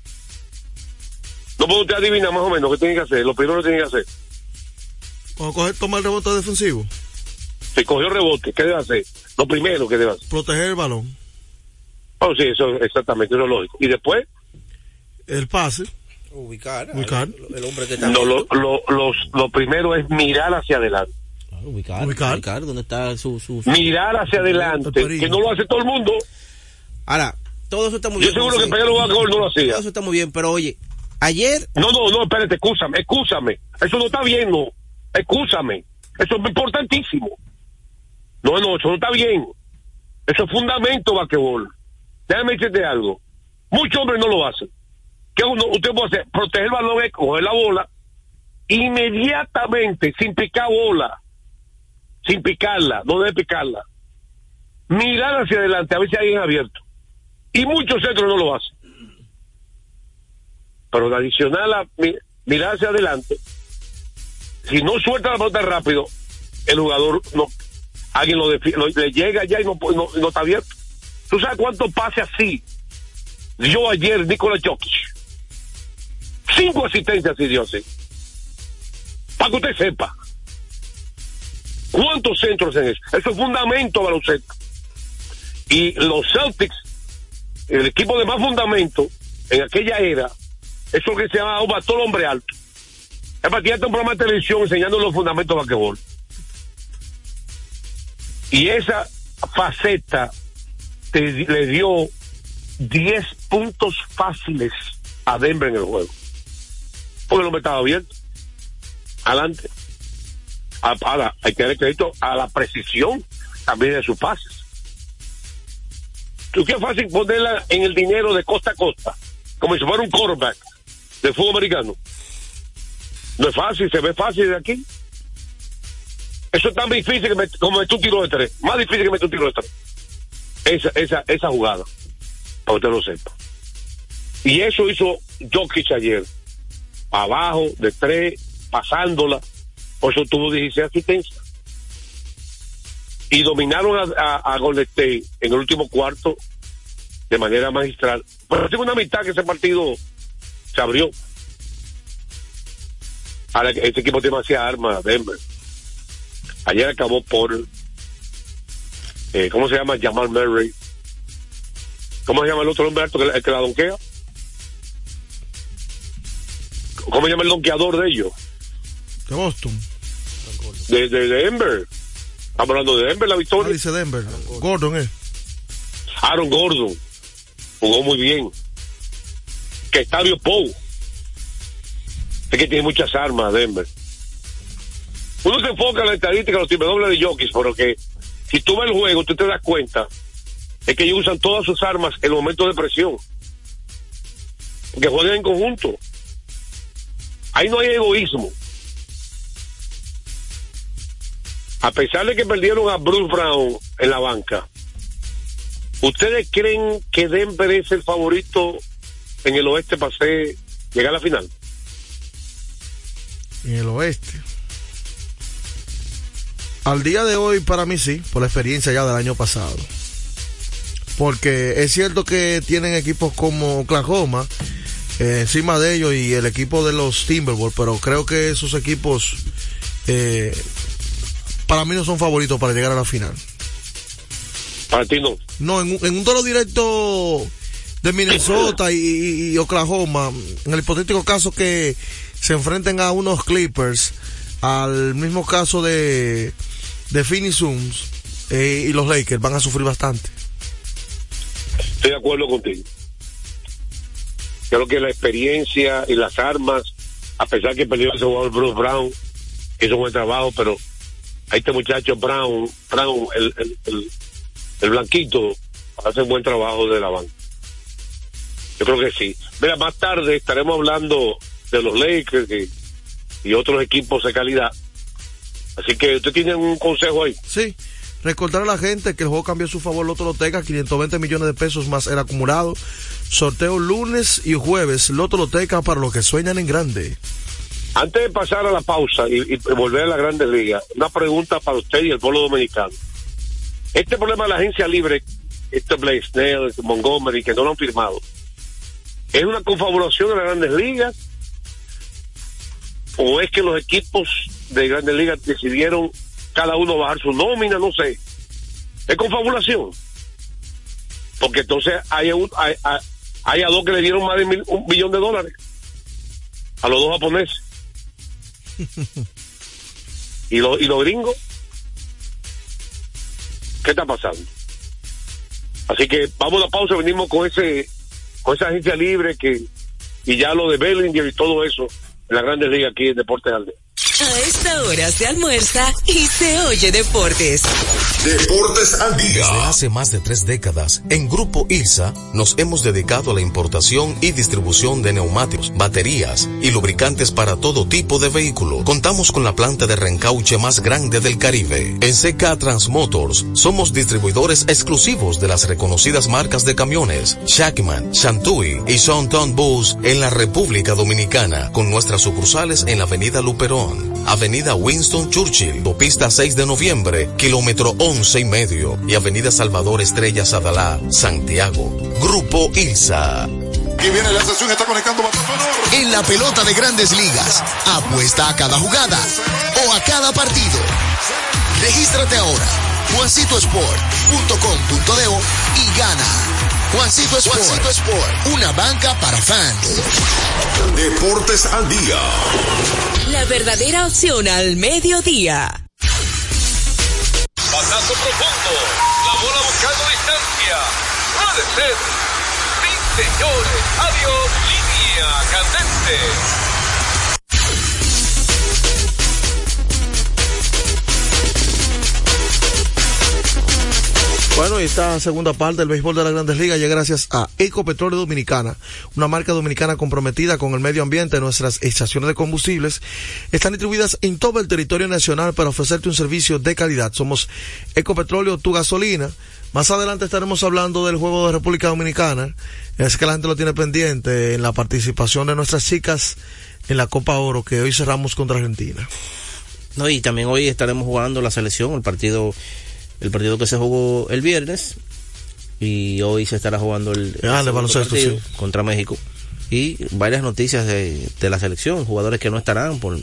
Speaker 5: No puede usted adivinar más o menos qué tiene que hacer. Lo primero que tiene que hacer.
Speaker 10: Cuando toma el rebote defensivo.
Speaker 5: Si cogió rebote, ¿qué debe hacer? Lo primero que debe hacer.
Speaker 10: Proteger el balón.
Speaker 5: Oh, sí, eso exactamente, eso es lógico. Y después.
Speaker 10: El pase.
Speaker 6: Ubicar.
Speaker 5: El hombre que está. No, lo primero es mirar hacia adelante.
Speaker 6: Ubicar dónde está su...
Speaker 5: Mirar hacia adelante, que no lo hace todo el mundo.
Speaker 6: Ahora, todo eso está muy bien.
Speaker 5: Yo seguro que Pedro Bacol no lo hacía.
Speaker 6: Todo eso está muy bien, pero oye, ayer...
Speaker 5: No, espérate, excúsame. Eso no está bien, no. Excúsame. Eso es importantísimo. No, eso no está bien. Eso es fundamento basquetbol. Déjame decirte algo. Muchos hombres no lo hacen. ¿Qué usted puede hacer? Proteger el balón es coger la bola inmediatamente, sin picar bola. Sin picarla, no debe picarla. Mirar hacia adelante, a ver si hay alguien abierto. Y muchos centros no lo hacen. Pero adicional a mirar hacia adelante, si no suelta la pelota rápido, el jugador alguien le llega ya y no está abierto. ¿Tú sabes cuántos pases así dio ayer Nikola Jokic? 5 asistencias así dio así. Para que usted sepa. ¿Cuántos centros en eso? Eso es fundamento baloncesto. Y los Celtics, el equipo de más fundamento en aquella era, eso que se llama todo hombre alto. Es para que ya está un programa de televisión enseñando los fundamentos de basquetbol. Y esa faceta le dio 10 puntos fáciles a Denver en el juego. Porque el hombre estaba abierto. Adelante. Ahora, hay que darle crédito a la precisión también de sus pases. ¿Tú qué fácil ponerla en el dinero de costa a costa? Como si fuera un quarterback del fútbol americano. No es fácil, se ve fácil de aquí. Eso es tan difícil como meter un tiro de 3. Más difícil que meter un tiro de 3. Esa jugada, para que usted lo sepa. Y eso hizo Jokic ayer. Abajo, de 3, pasándola. Por eso tuvo 16 asistencias. Y dominaron a Golden State en el último cuarto de manera magistral. Pero en segunda mitad que ese partido se abrió. Ahora, este equipo tiene demasiadas armas, Denver. Ayer acabó por ¿cómo se llama? Jamal Murray. ¿Cómo se llama el otro hombre alto el que la donquea? ¿Cómo se llama el donqueador de ellos?
Speaker 10: De Boston.
Speaker 5: De Denver. Estamos hablando de Denver, la victoria.
Speaker 10: Dice Denver. Gordon,
Speaker 5: Aaron Gordon. Jugó muy bien. Que Octavio Poe. Es que tiene muchas armas Denver. Uno se enfoca en la estadística, los triple dobles de Jokic, pero que si tú ves el juego, tú te das cuenta es que ellos usan todas sus armas en el momento de presión. Porque juegan en conjunto. Ahí no hay egoísmo. A pesar de que perdieron a Bruce Brown en la banca, ¿ustedes creen que Denver es el favorito en el oeste para llegar a la final?
Speaker 10: En el oeste. Al día de hoy, para mí sí, por la experiencia ya del año pasado. Porque es cierto que tienen equipos como Oklahoma encima de ellos y el equipo de los Timberwolves, pero creo que esos equipos para mí no son favoritos para llegar a la final.
Speaker 5: ¿Para ti no?
Speaker 10: No, en un duelo directo de Minnesota y Oklahoma, en el hipotético caso que se enfrenten a unos Clippers, al mismo caso de Phoenix Suns y los Lakers, van a sufrir bastante.
Speaker 5: Estoy de acuerdo contigo. Creo que la experiencia y las armas, a pesar que perdió ese jugador Bruce Brown, hizo un buen trabajo, pero a este muchacho Brown, el blanquito, hace un buen trabajo de la banca. Yo creo que sí. Mira, más tarde estaremos hablando de los Lakers y otros equipos de calidad. Así que usted tiene un consejo ahí.
Speaker 10: Sí. Recordar a la gente que el juego cambió a su favor Loto Loteca, 520 millones de pesos más el acumulado. Sorteo lunes y jueves, Loto Loteca para los que sueñan en grande.
Speaker 5: Antes de pasar a la pausa y volver a la Grandes Ligas, una pregunta para usted y el pueblo dominicano. Este problema de la agencia libre, Blake Snell, Montgomery, que no lo han firmado, ¿es una confabulación de las Grandes Ligas? ¿O es que los equipos de Grandes Ligas decidieron cada uno bajar su nómina? No sé. ¿Es confabulación? Porque entonces hay a dos que le dieron más de $1 billón, a los dos japoneses. ¿Y los gringos? ¿Qué está pasando? Así que vamos a la pausa, venimos con esa agencia libre y ya lo de Bellinger y todo eso en la Grandes Ligas aquí en Deportes Aldea.
Speaker 7: A esta hora se almuerza y se oye deportes.
Speaker 4: Deportes al día.
Speaker 11: Desde hace más de 3 décadas, en Grupo ILSA nos hemos dedicado a la importación y distribución de neumáticos, baterías y lubricantes para todo tipo de vehículo. Contamos con la planta de reencauche más grande del Caribe. En CK Transmotors somos distribuidores exclusivos de las reconocidas marcas de camiones Shackman, Shantui y Sonton Bus en la República Dominicana, con nuestras sucursales en la Avenida Luperón, Avenida Winston Churchill, Autopista 6 de Noviembre, kilómetro 11.5 y Avenida Salvador Estrella Sadalá, Santiago. Grupo ILSA.
Speaker 12: Aquí viene la sesión, está conectando batazo honor.
Speaker 13: En la pelota de Grandes Ligas, apuesta a cada jugada o a cada partido. Regístrate ahora, juancitosport.com.do y gana. Juancito Sport, una banca para fans.
Speaker 4: Deportes al día.
Speaker 7: La verdadera opción al mediodía.
Speaker 3: Batazo profundo, la bola buscando distancia. Puede ser. Sí, señores. Adiós, línea candente.
Speaker 10: Bueno, y esta segunda parte del béisbol de las Grandes Ligas llega gracias a Ecopetróleo Dominicana, una marca dominicana comprometida con el medio ambiente. Nuestras estaciones de combustibles están distribuidas en todo el territorio nacional para ofrecerte un servicio de calidad. Somos Ecopetróleo, tu gasolina. Más adelante estaremos hablando del juego de República Dominicana. Es que la gente lo tiene pendiente en la participación de nuestras chicas en la Copa Oro, que hoy cerramos contra Argentina.
Speaker 6: No, y también hoy estaremos jugando la selección, el partido que se jugó el viernes, y hoy se estará jugando el
Speaker 10: baloncesto,
Speaker 6: partido
Speaker 10: sí,
Speaker 6: contra México, y varias noticias de la selección, jugadores que no estarán por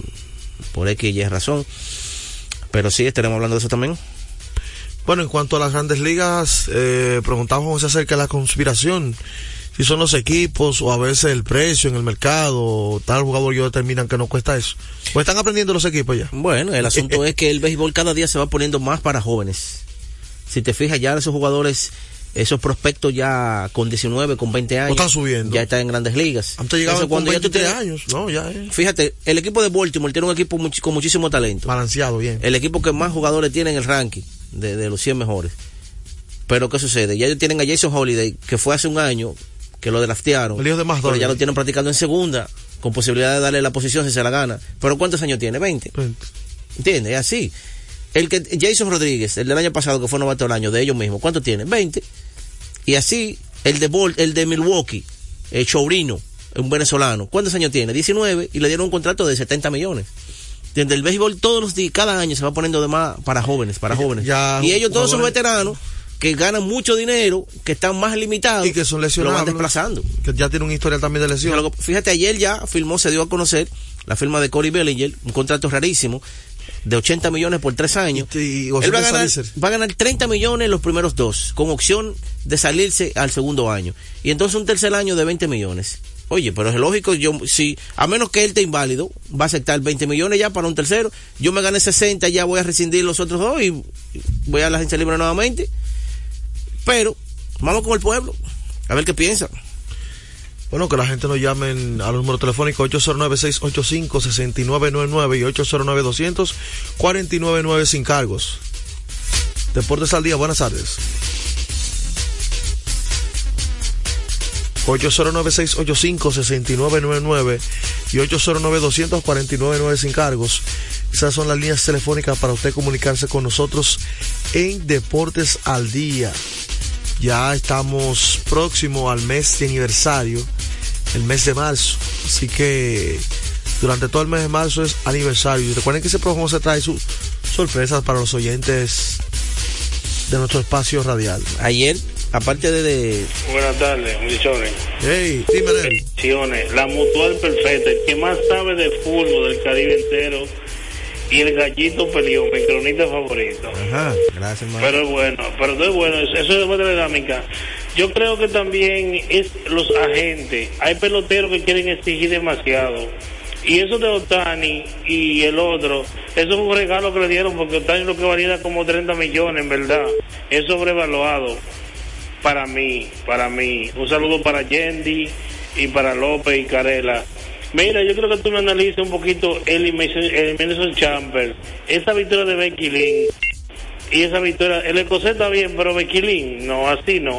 Speaker 6: X y Y razón, pero sí estaremos hablando de eso también.
Speaker 10: Bueno, en cuanto a las Grandes Ligas, preguntábamos acerca de la conspiración, si son los equipos o a veces el precio en el mercado, tal jugador ellos determinan que no cuesta eso. ¿O están aprendiendo los equipos ya?
Speaker 6: Bueno, el asunto es que el béisbol cada día se va poniendo más para jóvenes. Si te fijas, ya esos jugadores, esos prospectos ya con 19, con 20 años,
Speaker 10: están subiendo,
Speaker 6: ya están en Grandes Ligas.
Speaker 10: Antes llegaban con 23 años, ¿no? Ya
Speaker 6: Fíjate, el equipo de Baltimore tiene un equipo con muchísimo talento.
Speaker 10: Balanceado, bien.
Speaker 6: El equipo que más jugadores tiene en el ranking de los 100 mejores. Pero ¿qué sucede? Ya ellos tienen a Jason Holiday, que fue hace un año, que lo draftearon, pero ya lo tienen practicando en segunda, con posibilidad de darle la posición si se la gana. Pero ¿cuántos años tiene? 20. ¿Entiendes? Es así. Jason Rodríguez, el del año pasado, que fue novato del año, de ellos mismos, ¿cuánto tiene? 20. Y así, el de Milwaukee, el Chourino, un venezolano, ¿cuántos años tiene? 19, y le dieron un contrato de 70 millones. ¿Entiendes? El béisbol todos los días, cada año se va poniendo de más para jóvenes. Y ellos todos son veteranos, que ganan mucho dinero, que están más limitados
Speaker 10: y que son lesionados,
Speaker 6: lo van desplazando,
Speaker 10: que ya tiene un historial también de lesión.
Speaker 6: Fíjate, ayer ya se dio a conocer la firma de Cody Bellinger, un contrato rarísimo de 80 millones por 3 años. Él va a ganar 30 millones los primeros 2, con opción de salirse al segundo año, y entonces un tercer año de 20 millones. Oye, pero es lógico, a menos que él esté inválido, va a aceptar 20 millones ya para un tercero. Yo me gané 60, ya voy a rescindir los otros 2 y voy a la agencia libre nuevamente. Pero vamos con el pueblo. A ver qué piensa.
Speaker 10: Bueno, que la gente nos llame a los números telefónicos 809-685-6999 y 809-200-4999 sin cargos. Deportes al día, buenas tardes. 809-685-6999 y 809-200-4999 sin cargos. Esas son las líneas telefónicas para usted comunicarse con nosotros en Deportes al Día. Ya estamos próximo al mes de aniversario, el mes de marzo. Así que durante todo el mes de marzo es aniversario. Y recuerden que ese programa se trae sus sorpresas para los oyentes de nuestro espacio radial.
Speaker 6: Ayer, aparte de...
Speaker 14: Buenas tardes, muchachones.
Speaker 10: Hey, dime.
Speaker 14: La mutual perfecta, el que más sabe de fútbol del Caribe entero, y el gallito peleó, mi cronista favorito.
Speaker 6: Ajá, gracias, man.
Speaker 14: Pero bueno, eso es de la dinámica. Yo creo que también es los agentes. Hay peloteros que quieren exigir demasiado. Y eso de Ohtani y el otro, eso es un regalo que le dieron, porque Ohtani lo que valía como 30 millones, en verdad. Es sobrevaluado para mí. Un saludo para Yendi y para López y Carela. Mira, yo creo que tú me analices un poquito el Madison Chambers, esa victoria de Becky Lynn, y esa victoria, el escocés está bien, pero Becky Lynn, no, así no.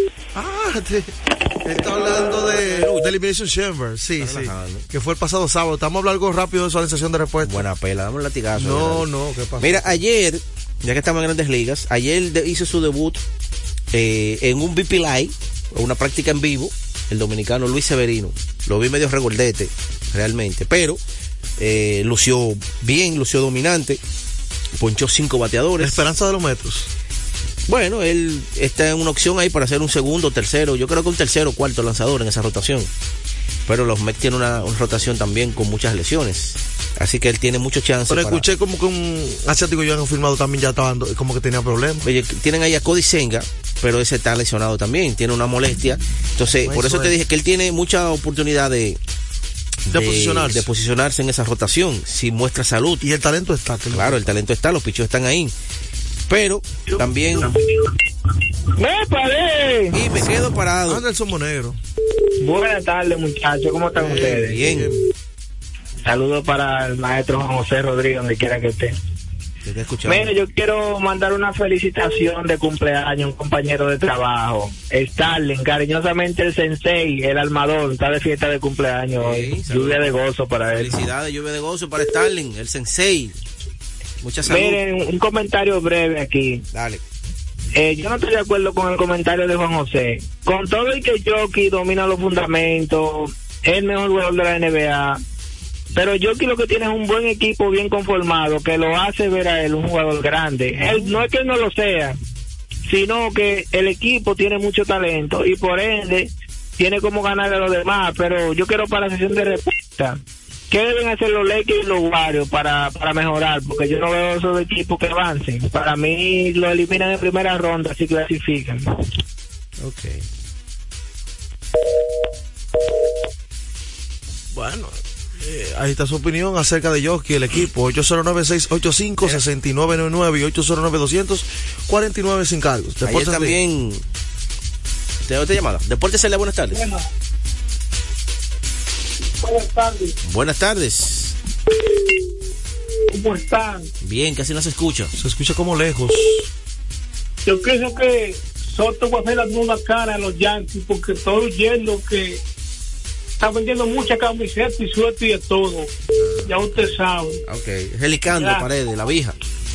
Speaker 10: Está hablando de Elimination Chamber, sí, que fue el pasado sábado. Estamos hablando algo rápido de su sesión de respuesta.
Speaker 6: Buena pela, dame un latigazo.
Speaker 10: No, ¿qué pasó?
Speaker 6: Mira, ayer, ya que estamos en Grandes Ligas, ayer hizo su debut en un BP Live, una práctica en vivo, el dominicano Luis Severino. Lo vi medio regordete, realmente, pero lució bien, lució dominante, ponchó 5 bateadores.
Speaker 10: Esperanza de los Metros.
Speaker 6: Bueno, él está en una opción ahí para hacer un segundo, tercero, yo creo que un tercero o cuarto lanzador en esa rotación. Pero los Mets tienen una rotación también con muchas lesiones, así que él tiene mucho chance.
Speaker 10: Pero escuché como que un asiático ya han confirmado también, ya estaba como que tenía problemas.
Speaker 6: Oye, tienen ahí a Cody Senga, pero ese está lesionado también, tiene una molestia. Entonces, por eso te dije que él tiene mucha oportunidad de posicionarse en esa rotación, si muestra salud.
Speaker 10: Y el talento está.
Speaker 6: Claro, el talento está, los pichos están ahí. Pero también...
Speaker 15: ¡Me paré!
Speaker 6: Y me quedo parado.
Speaker 10: Anderson Monegro.
Speaker 15: Buenas tardes, muchachos, ¿cómo están ustedes?
Speaker 6: Bien.
Speaker 15: Saludos para el maestro Juan José Rodríguez, donde quiera que esté. Mira, yo quiero mandar una felicitación de cumpleaños a un compañero de trabajo, Starling, cariñosamente el sensei, el armador, está de fiesta de cumpleaños hoy. Lluvia de gozo para él.
Speaker 6: Felicidades, lluvia de gozo para Starling, el sensei. Mucha salud.
Speaker 15: Miren, un comentario breve aquí.
Speaker 6: Dale.
Speaker 15: Yo no estoy de acuerdo con el comentario de Juan José. Con todo y que Jockey domina los fundamentos, es el mejor jugador de la NBA, pero Jockey lo que tiene es un buen equipo bien conformado que lo hace ver a él un jugador grande. Él no es que él no lo sea, sino que el equipo tiene mucho talento y por ende tiene como ganar a los demás. Pero yo quiero para la sesión de respuesta, ¿qué deben hacer los Lakers y los Warriors para mejorar? Porque yo no veo esos equipos que avancen. Para mí lo eliminan en primera ronda, así clasifican.
Speaker 6: Ok.
Speaker 10: Bueno, ahí está su opinión acerca de Jockey, el equipo. 809-685-6999 y 809-200-49 sin cargos.
Speaker 6: Ayer también... Otra llamada. Deportes Celia, buenas tardes.
Speaker 16: Buenas tardes.
Speaker 6: Buenas tardes.
Speaker 16: ¿Cómo están?
Speaker 6: Bien, casi no se escucha.
Speaker 10: Se escucha como lejos.
Speaker 16: Yo creo que Soto va a hacer la nueva cara a los Yankees porque estoy oyendo que está vendiendo mucha camiseta y suerte y de todo. Ya usted sabe.
Speaker 6: Ok. Gelicandro Paredes, la vieja.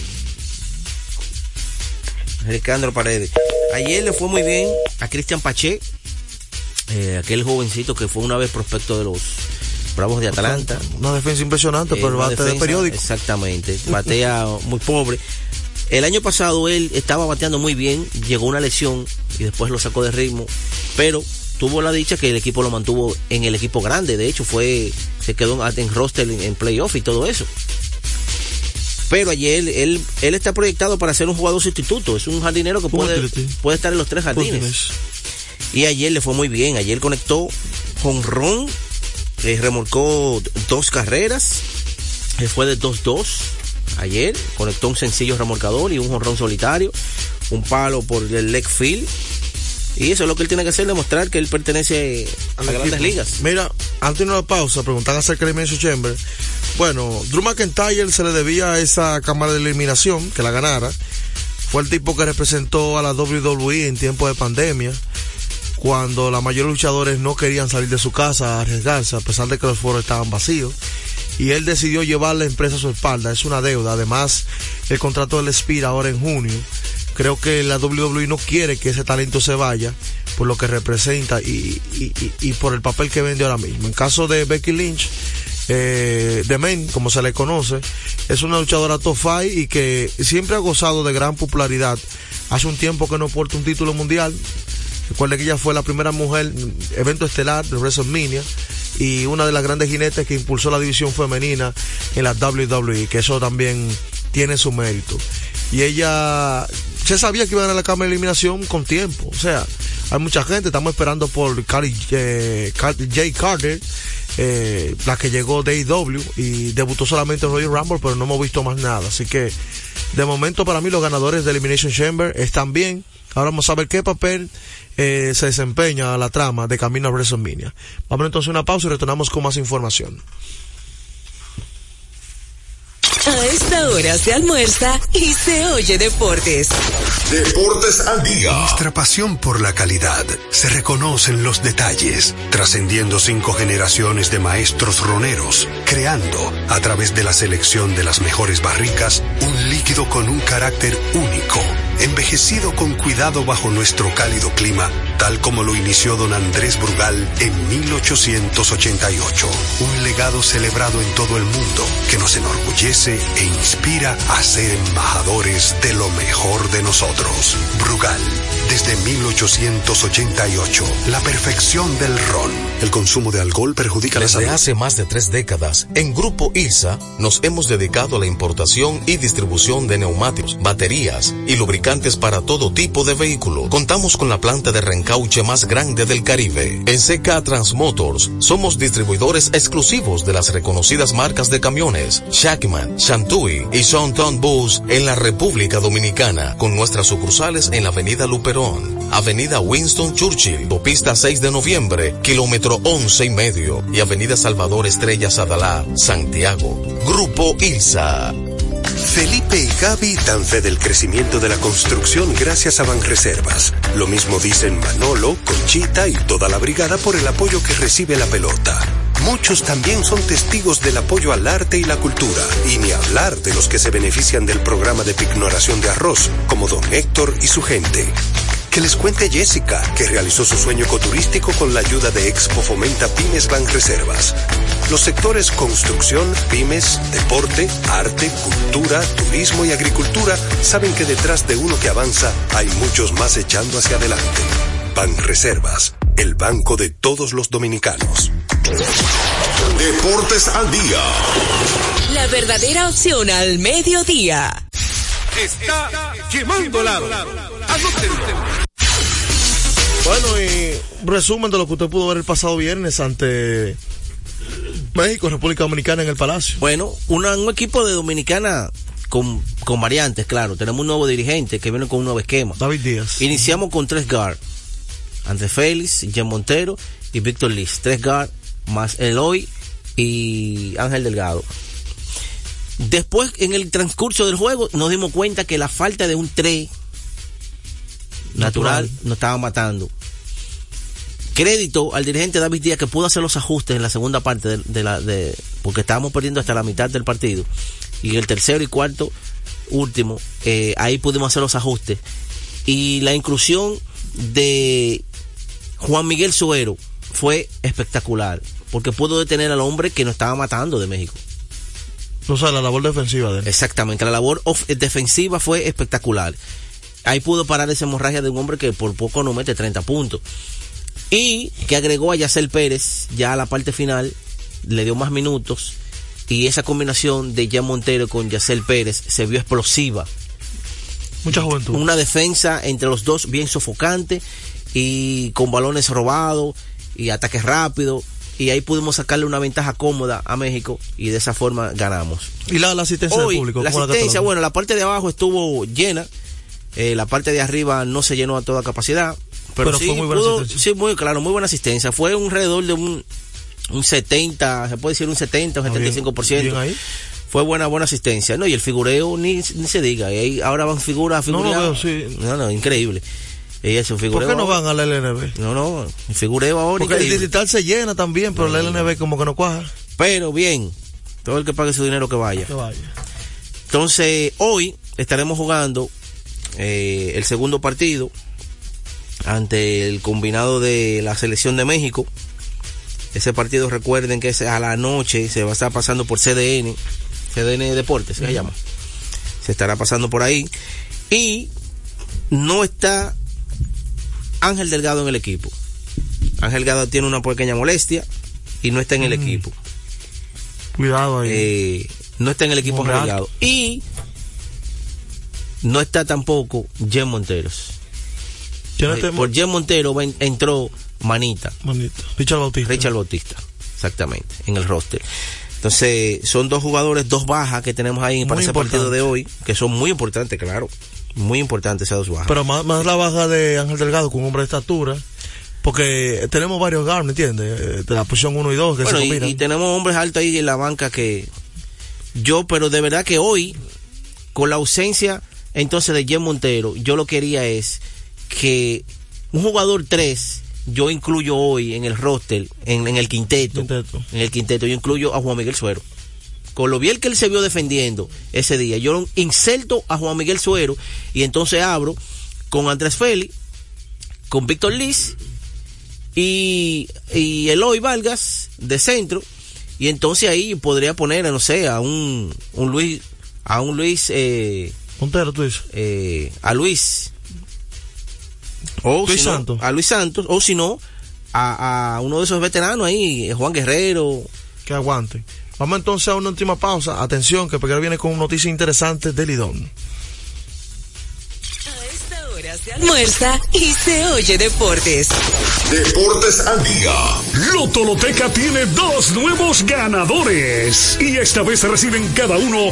Speaker 6: Gelicandro Paredes. Ayer le fue muy bien a Cristian Pache, aquel jovencito que fue una vez prospecto de los Bravos de Atlanta.
Speaker 10: Una defensa impresionante, pero bate de periódico.
Speaker 6: Exactamente, batea muy pobre. El año pasado él estaba bateando muy bien, llegó una lesión y después lo sacó de ritmo, pero tuvo la dicha que el equipo lo mantuvo en el equipo grande. De hecho se quedó en roster, en playoff y todo eso. Pero ayer él está proyectado para ser un jugador sustituto, es un jardinero que puede estar en los 3 jardines. Y ayer le fue muy bien, ayer conectó jonrón, remolcó 2 carreras, fue de 2-2. Ayer conectó un sencillo remolcador y un jonrón solitario, un palo por el leg field. Y eso es lo que él tiene que hacer, demostrar que él pertenece a las grandes ligas.
Speaker 10: Mira, antes de una pausa, preguntan acerca de Elimination Chamber. Bueno, Drew McIntyre se le debía a esa cámara de eliminación, que la ganara. Fue el tipo que representó a la WWE en tiempo de pandemia, cuando la mayoría de luchadores no querían salir de su casa a arriesgarse, a pesar de que los foros estaban vacíos. Y él decidió llevar la empresa a su espalda, es una deuda. Además, el contrato le expira ahora en junio. Creo que la WWE no quiere que ese talento se vaya por lo que representa y por el papel que vende ahora mismo. En caso de Becky Lynch, The Man, como se le conoce, es una luchadora top 5 y que siempre ha gozado de gran popularidad. Hace un tiempo que no porta un título mundial. Recuerde que ella fue la primera mujer evento estelar de WrestleMania y una de las grandes jinetes que impulsó la división femenina en la WWE, que eso también tiene su mérito. Y ella se sabía que iba a ganar la cámara de eliminación con tiempo. O sea, hay mucha gente, estamos esperando por Jay Carter, la que llegó de AEW y debutó solamente en Royal Rumble, pero no hemos visto más nada. Así que, de momento, para mí, los ganadores de Elimination Chamber están bien. Ahora vamos a ver qué papel se desempeña la trama de camino a WrestleMania. Vamos entonces a una pausa y retornamos con más información.
Speaker 7: A esta hora se almuerza y se oye deportes.
Speaker 4: Deportes al día.
Speaker 17: Nuestra pasión por la calidad se reconoce en los detalles, trascendiendo 5 generaciones de maestros roneros, creando, a través de la selección de las mejores barricas, un líquido con un carácter único, envejecido con cuidado bajo nuestro cálido clima, tal como lo inició don Andrés Brugal en 1888. Un legado celebrado en todo el mundo que nos enorgullece e inspira a ser embajadores de lo mejor de nosotros. Brugal, desde 1888, la perfección del ron. El consumo de alcohol perjudica la salud.
Speaker 11: Desde hace más de 3 décadas, en Grupo ILSA nos hemos dedicado a la importación y distribución de neumáticos, baterías y lubricantes para todo tipo de vehículo. Contamos con la planta de reencauche más grande del Caribe. En CK Transmotors somos distribuidores exclusivos de las reconocidas marcas de camiones Shackman, Shantui y Sonton Bus en la República Dominicana, con nuestras sucursales en la Avenida Luperón, Avenida Winston Churchill, Autopista 6 de Noviembre, kilómetro 11.5 y Avenida Salvador Estrellas Adalá, Santiago. Grupo ILSA.
Speaker 17: Felipe y Gaby dan fe del crecimiento de la construcción gracias a Banreservas. Lo mismo dicen Manolo, Conchita y toda la brigada por el apoyo que recibe la pelota. Muchos también son testigos del apoyo al arte y la cultura, y ni hablar de los que se benefician del programa de pignoración de arroz, como don Héctor y su gente. Que les cuente Jessica, que realizó su sueño ecoturístico con la ayuda de Expo Fomenta Pymes Banreservas. Los sectores construcción, pymes, deporte, arte, cultura, turismo y agricultura saben que detrás de uno que avanza hay muchos más echando hacia adelante. Banreservas, el banco de todos los dominicanos.
Speaker 4: Deportes al día.
Speaker 7: La verdadera opción al mediodía.
Speaker 3: Está quemando lado.
Speaker 10: Bueno, y resumen de lo que usted pudo ver el pasado viernes ante México, República Dominicana en el Palacio.
Speaker 6: Bueno, un equipo de Dominicana con variantes, claro. Tenemos un nuevo dirigente que viene con un nuevo esquema.
Speaker 10: David Díaz.
Speaker 6: Iniciamos con 3 guard. Andrés Félix, Jen Montero y Víctor Liz. 3 guard más Eloy y Ángel Delgado. Después, en el transcurso del juego, nos dimos cuenta que la falta de un 3 natural nos estaba matando. Crédito al dirigente David Díaz, que pudo hacer los ajustes en la segunda parte porque estábamos perdiendo hasta la mitad del partido, y en el tercero y cuarto último ahí pudimos hacer los ajustes, y la inclusión de Juan Miguel Suero fue espectacular porque pudo detener al hombre que nos estaba matando de México.
Speaker 10: O sea, la labor defensiva de él.
Speaker 6: Exactamente, la labor defensiva fue espectacular. Ahí pudo parar esa hemorragia de un hombre que por poco no mete 30 puntos. Y que agregó a Yacel Pérez ya a la parte final, le dio más minutos, y esa combinación de Jan Montero con Yacel Pérez se vio explosiva.
Speaker 10: Mucha juventud.
Speaker 6: Una defensa entre los dos bien sofocante y con balones robados y ataques rápidos. Y ahí pudimos sacarle una ventaja cómoda a México y de esa forma ganamos.
Speaker 10: ¿Y la asistencia del público?
Speaker 6: La asistencia, bueno, la parte de abajo estuvo llena, la parte de arriba no se llenó a toda capacidad, pero sí,
Speaker 10: fue muy buena asistencia.
Speaker 6: Sí, muy claro, muy buena asistencia. Fue alrededor de un 70, se puede decir un 70 o 75%.
Speaker 10: Bien ahí.
Speaker 6: Fue buena asistencia, ¿no? Y el figureo ni se diga. Y ahí ahora van figuras.
Speaker 10: No lo veo, sí.
Speaker 6: No, increíble. Ella es un figureo.
Speaker 10: ¿Por qué no van a la LNB?
Speaker 6: No, el figureo ahora.
Speaker 10: Porque increíble. El digital se llena también, pero la LNB como que no cuaja.
Speaker 6: Pero bien, todo el que pague su dinero que vaya. Entonces, hoy estaremos jugando el segundo partido ante el combinado de la selección de México. Ese partido, recuerden que es a la noche, se va a estar pasando por CDN Deportes, se llama. Se estará pasando por ahí. Y no está Ángel Delgado en el equipo. Ángel Delgado tiene una pequeña molestia y no está en el equipo.
Speaker 10: Cuidado ahí.
Speaker 6: No está en el equipo Ángel Delgado. Y no está tampoco Jen Monteros. Por Jen Montero entró Manita. Richard Bautista, exactamente, en el roster. Entonces, son dos jugadores, dos bajas que tenemos ahí para ese partido de hoy, que son muy importantes, claro. Muy importantes esas dos bajas.
Speaker 10: Pero más la baja de Ángel Delgado, con un hombre de estatura, porque tenemos varios guards, ¿me entiendes? De la posición 1 y 2 que
Speaker 6: bueno,
Speaker 10: se combinan.
Speaker 6: Y tenemos hombres altos ahí en la banca pero de verdad que hoy, con la ausencia entonces de Jen Montero, yo lo que quería es que un jugador 3, yo incluyo hoy en el roster, en el quinteto. En el quinteto yo incluyo a Juan Miguel Suero. Con lo bien que él se vio defendiendo ese día, yo inserto a Juan Miguel Suero y entonces abro con Andrés Félix, con Víctor Liz y Eloy Vargas de centro, y entonces ahí podría poner, no sé, a un Luis
Speaker 10: Montero, tú dices.
Speaker 6: A Luis Santos. A Luis Santos, o si no, a uno de esos veteranos ahí, Juan Guerrero.
Speaker 10: Que aguante. Vamos entonces a una última pausa. Atención, que Peguero viene con noticias interesantes de Lidón.
Speaker 7: A esta hora se almuerza y se oye deportes.
Speaker 4: Deportes al día.
Speaker 18: Lotoloteca tiene 2 nuevos ganadores. Y esta vez reciben cada uno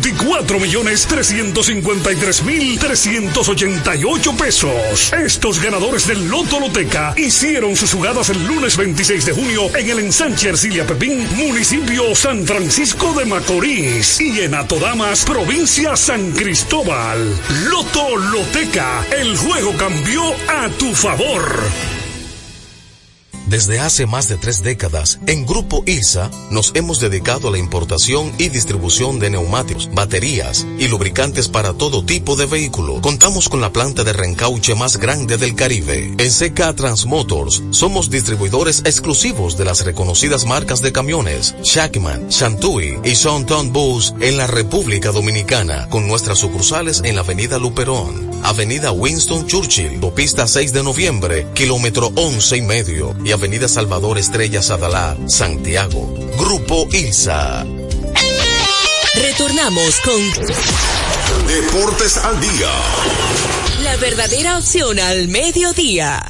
Speaker 18: 24.353.388 pesos. Estos ganadores del Lotoloteca hicieron sus jugadas el lunes 26 de junio en el ensanche Ercilia Pepín, municipio San Francisco de Macorís, y en Atodamas, provincia San Cristóbal. Lotoloteca, el juego cambió a tu favor.
Speaker 11: Desde hace más de 3 décadas, en Grupo ILSA nos hemos dedicado a la importación y distribución de neumáticos, baterías y lubricantes para todo tipo de vehículo. Contamos con la planta de reencauche más grande del Caribe. En CK Transmotors somos distribuidores exclusivos de las reconocidas marcas de camiones Shackman, Shantui y Sonton Bus en la República Dominicana, con nuestras sucursales en la Avenida Luperón, Avenida Winston Churchill, Autopista 6 de Noviembre, kilómetro 11.5, y Avenida Salvador Estrellas Adalá, Santiago. Grupo ILSA.
Speaker 7: Retornamos con
Speaker 4: Deportes al día.
Speaker 7: La verdadera opción al mediodía.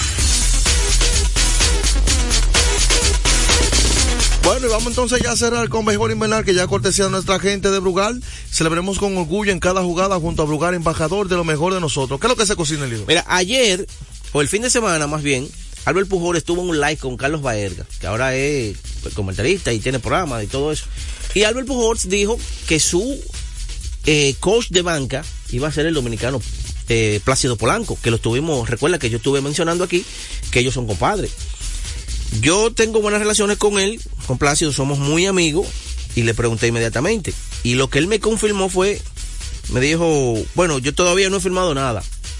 Speaker 10: Bueno, y vamos entonces ya a cerrar con béisbol invernal, que ya cortesía de nuestra gente de Brugal. Celebremos con orgullo en cada jugada junto a Brugal, embajador de lo mejor de nosotros. ¿Qué es lo que se cocina el libro?
Speaker 6: Mira, ayer, o el fin de semana más bien, Albert Pujols estuvo en un live con Carlos Baerga, que ahora es comentarista y tiene programa y todo eso. Y Albert Pujols dijo que su coach de banca iba a ser el dominicano Plácido Polanco, que lo estuvimos, recuerda que yo estuve mencionando aquí que ellos son compadres. Yo tengo buenas relaciones con él, con Plácido, somos muy amigos, y le pregunté inmediatamente. Y lo que él me confirmó fue, me dijo, bueno, yo todavía no he firmado nada.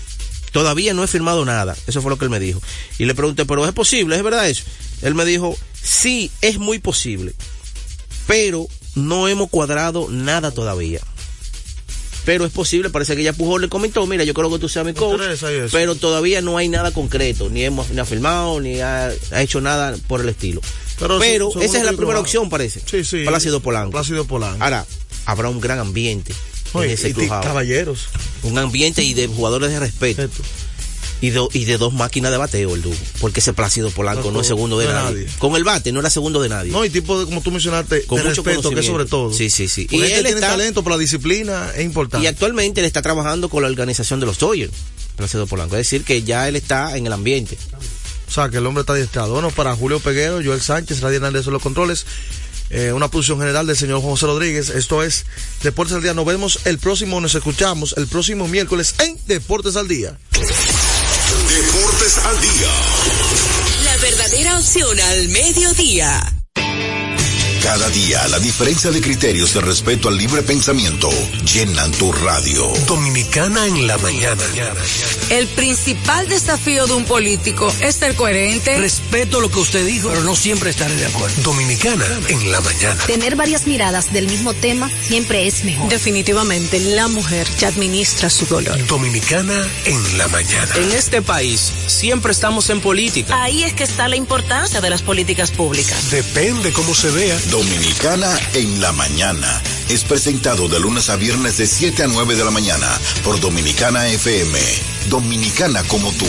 Speaker 6: Eso fue lo que él me dijo. Y le pregunté, pero ¿es posible? ¿Es verdad eso? Él me dijo, sí, es muy posible, pero no hemos cuadrado nada todavía. Pero es posible, parece que ya Pujols le comentó, mira, yo creo que tú seas mi coach, pero todavía no hay nada concreto, ni ha firmado, ni ha hecho nada por el estilo. Pero esa es la primera opción, parece.
Speaker 10: Sí.
Speaker 6: Plácido Polanco. Ahora, habrá un gran ambiente.
Speaker 10: Caballeros.
Speaker 6: Un ambiente y de jugadores de respeto. Y de 2 máquinas de bateo, el dúo. Porque ese Plácido Polanco no es segundo de nadie. Con el bate no era segundo de nadie.
Speaker 10: No, y tipo de, como tú mencionaste,
Speaker 6: con
Speaker 10: de
Speaker 6: mucho
Speaker 10: respeto, que sobre todo.
Speaker 6: Sí.
Speaker 10: Porque y él tiene talento, pero la disciplina es importante.
Speaker 6: Y actualmente él está trabajando con la organización de los Dodgers. Placido Polanco. Es decir, que ya él está en el ambiente.
Speaker 10: O sea, que el hombre está adiestrado. Bueno, para Julio Peguero, Joel Sánchez, Radio Hernández en los controles. Una producción general del señor Juan José Rodríguez. Esto es Deportes al Día. Nos vemos nos escuchamos el próximo miércoles en Deportes al Día.
Speaker 4: Deportes al Día.
Speaker 7: La verdadera opción al mediodía.
Speaker 4: Cada día la diferencia de criterios de respeto al libre pensamiento llenan tu radio.
Speaker 2: Dominicana en la mañana.
Speaker 19: El principal desafío de un político es ser coherente.
Speaker 20: Respeto lo que usted dijo, pero no siempre estaré de acuerdo.
Speaker 2: Dominicana en la mañana.
Speaker 21: Tener varias miradas del mismo tema siempre es mejor.
Speaker 22: Definitivamente, la mujer ya administra su dolor.
Speaker 2: Dominicana en la mañana.
Speaker 23: En este país siempre estamos en política.
Speaker 22: Ahí es que está la importancia de las políticas públicas.
Speaker 2: Depende cómo se vea.
Speaker 4: Dominicana en la mañana. Es presentado de lunes a viernes de 7 a 9 de la mañana por Dominicana FM. Dominicana como tú.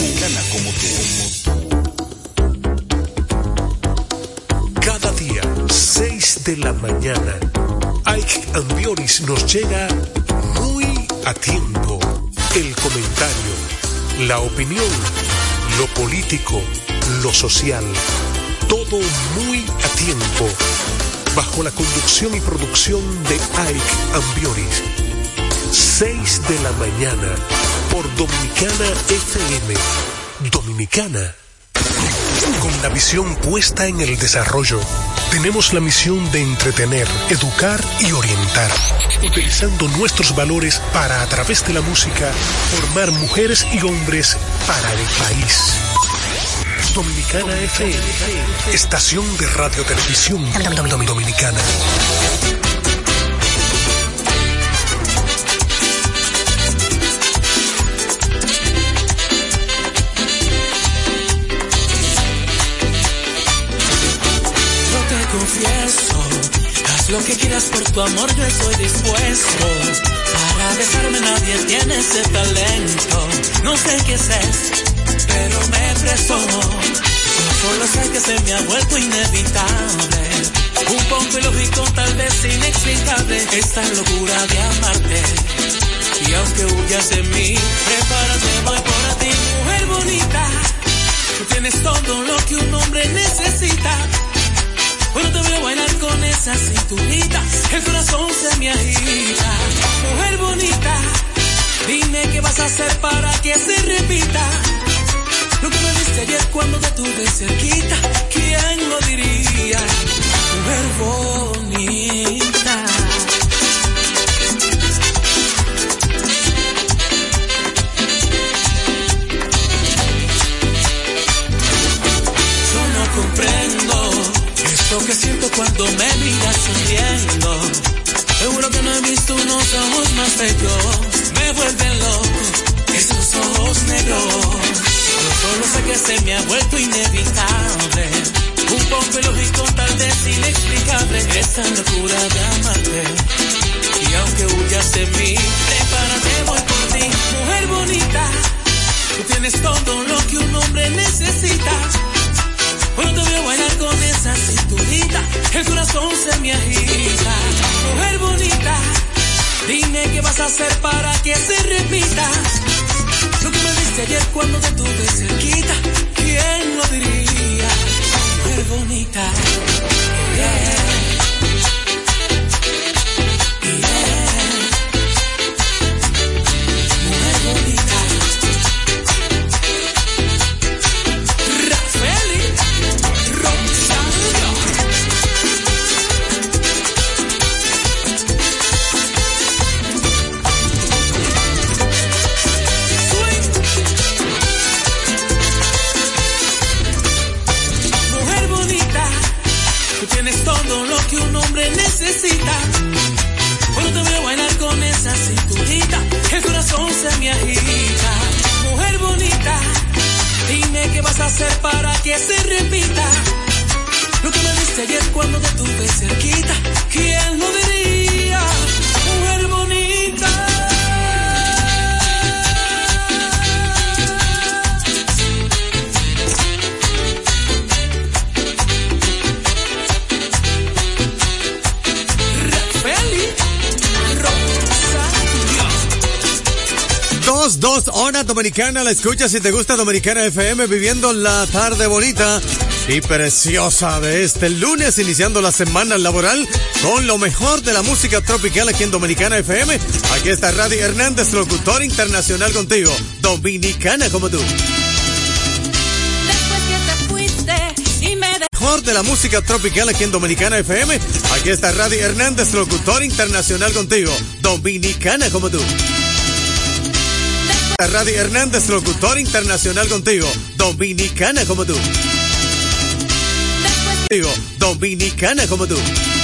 Speaker 2: Cada día, 6 de la mañana, Ike Ambioris nos llega muy a tiempo. El comentario, la opinión, lo político, lo social, todo muy a tiempo. Bajo la conducción y producción de Ike Ambioris. 6 de la mañana por Dominicana FM. Dominicana. Con la visión puesta en el desarrollo, tenemos la misión de entretener, educar y orientar, utilizando nuestros valores para, a través de la música, formar mujeres y hombres para el país. Dominicana FM, estación de radio televisión dominicana.
Speaker 1: Yo te confieso, haz lo que quieras por tu amor, yo estoy dispuesto. Para besarme nadie tiene ese talento. No sé qué es, pero me prestó. Yo solo sé que se me ha vuelto inevitable. Un poco ilógico, tal vez inexplicable, esta locura de amarte. Y aunque huyas de mí, prepárate, voy por ti, mujer bonita. Tú tienes todo lo que un hombre necesita. Cuando te veo bailar con esa cinturita, el corazón se me agita. Mujer bonita, dime qué vas a hacer para que se repita. Lo que me diste ayer cuando te tuve cerquita, ¿quién lo diría? Mujer bonita. Yo no comprendo esto que siento cuando me miras sonriendo. Seguro que no he visto unos ojos más bellos. Me vuelven loco esos ojos negros. Yo solo sé que se me ha vuelto inevitable. Un poco ilógico, tal vez inexplicable, esta locura de amarte. Y aunque huyas de mí, prepárate, voy por ti. Mujer bonita, tú tienes todo lo que un hombre necesita. Cuando te veo bailar con esa cinturita, el corazón se me agita. Mujer bonita, dime qué vas a hacer para que se repita. Lo que me diste ayer cuando te tuve cerquita, ¿quién lo diría? Mujer bonita, yeah. Cuando te veo bailar con esa cinturita, el corazón se me agita. Mujer bonita, dime qué vas a hacer para que se repita. Lo que me diste ayer cuando te tuve cerquita, ¿quién lo diría? Mujer bonita.
Speaker 5: las 2 horas Dominicana. La escuchas si te gusta Dominicana FM, viviendo la tarde bonita y preciosa de este lunes, iniciando la semana laboral con lo mejor de la música tropical aquí en Dominicana FM. Aquí está Radi Hernández, locutor internacional contigo. Dominicana como tú. Mejor de la música tropical aquí en Dominicana FM. Aquí está Radi Hernández, locutor internacional contigo. Dominicana como tú. Radi Hernández, locutor internacional contigo. Dominicana como tú. Dominicana como tú.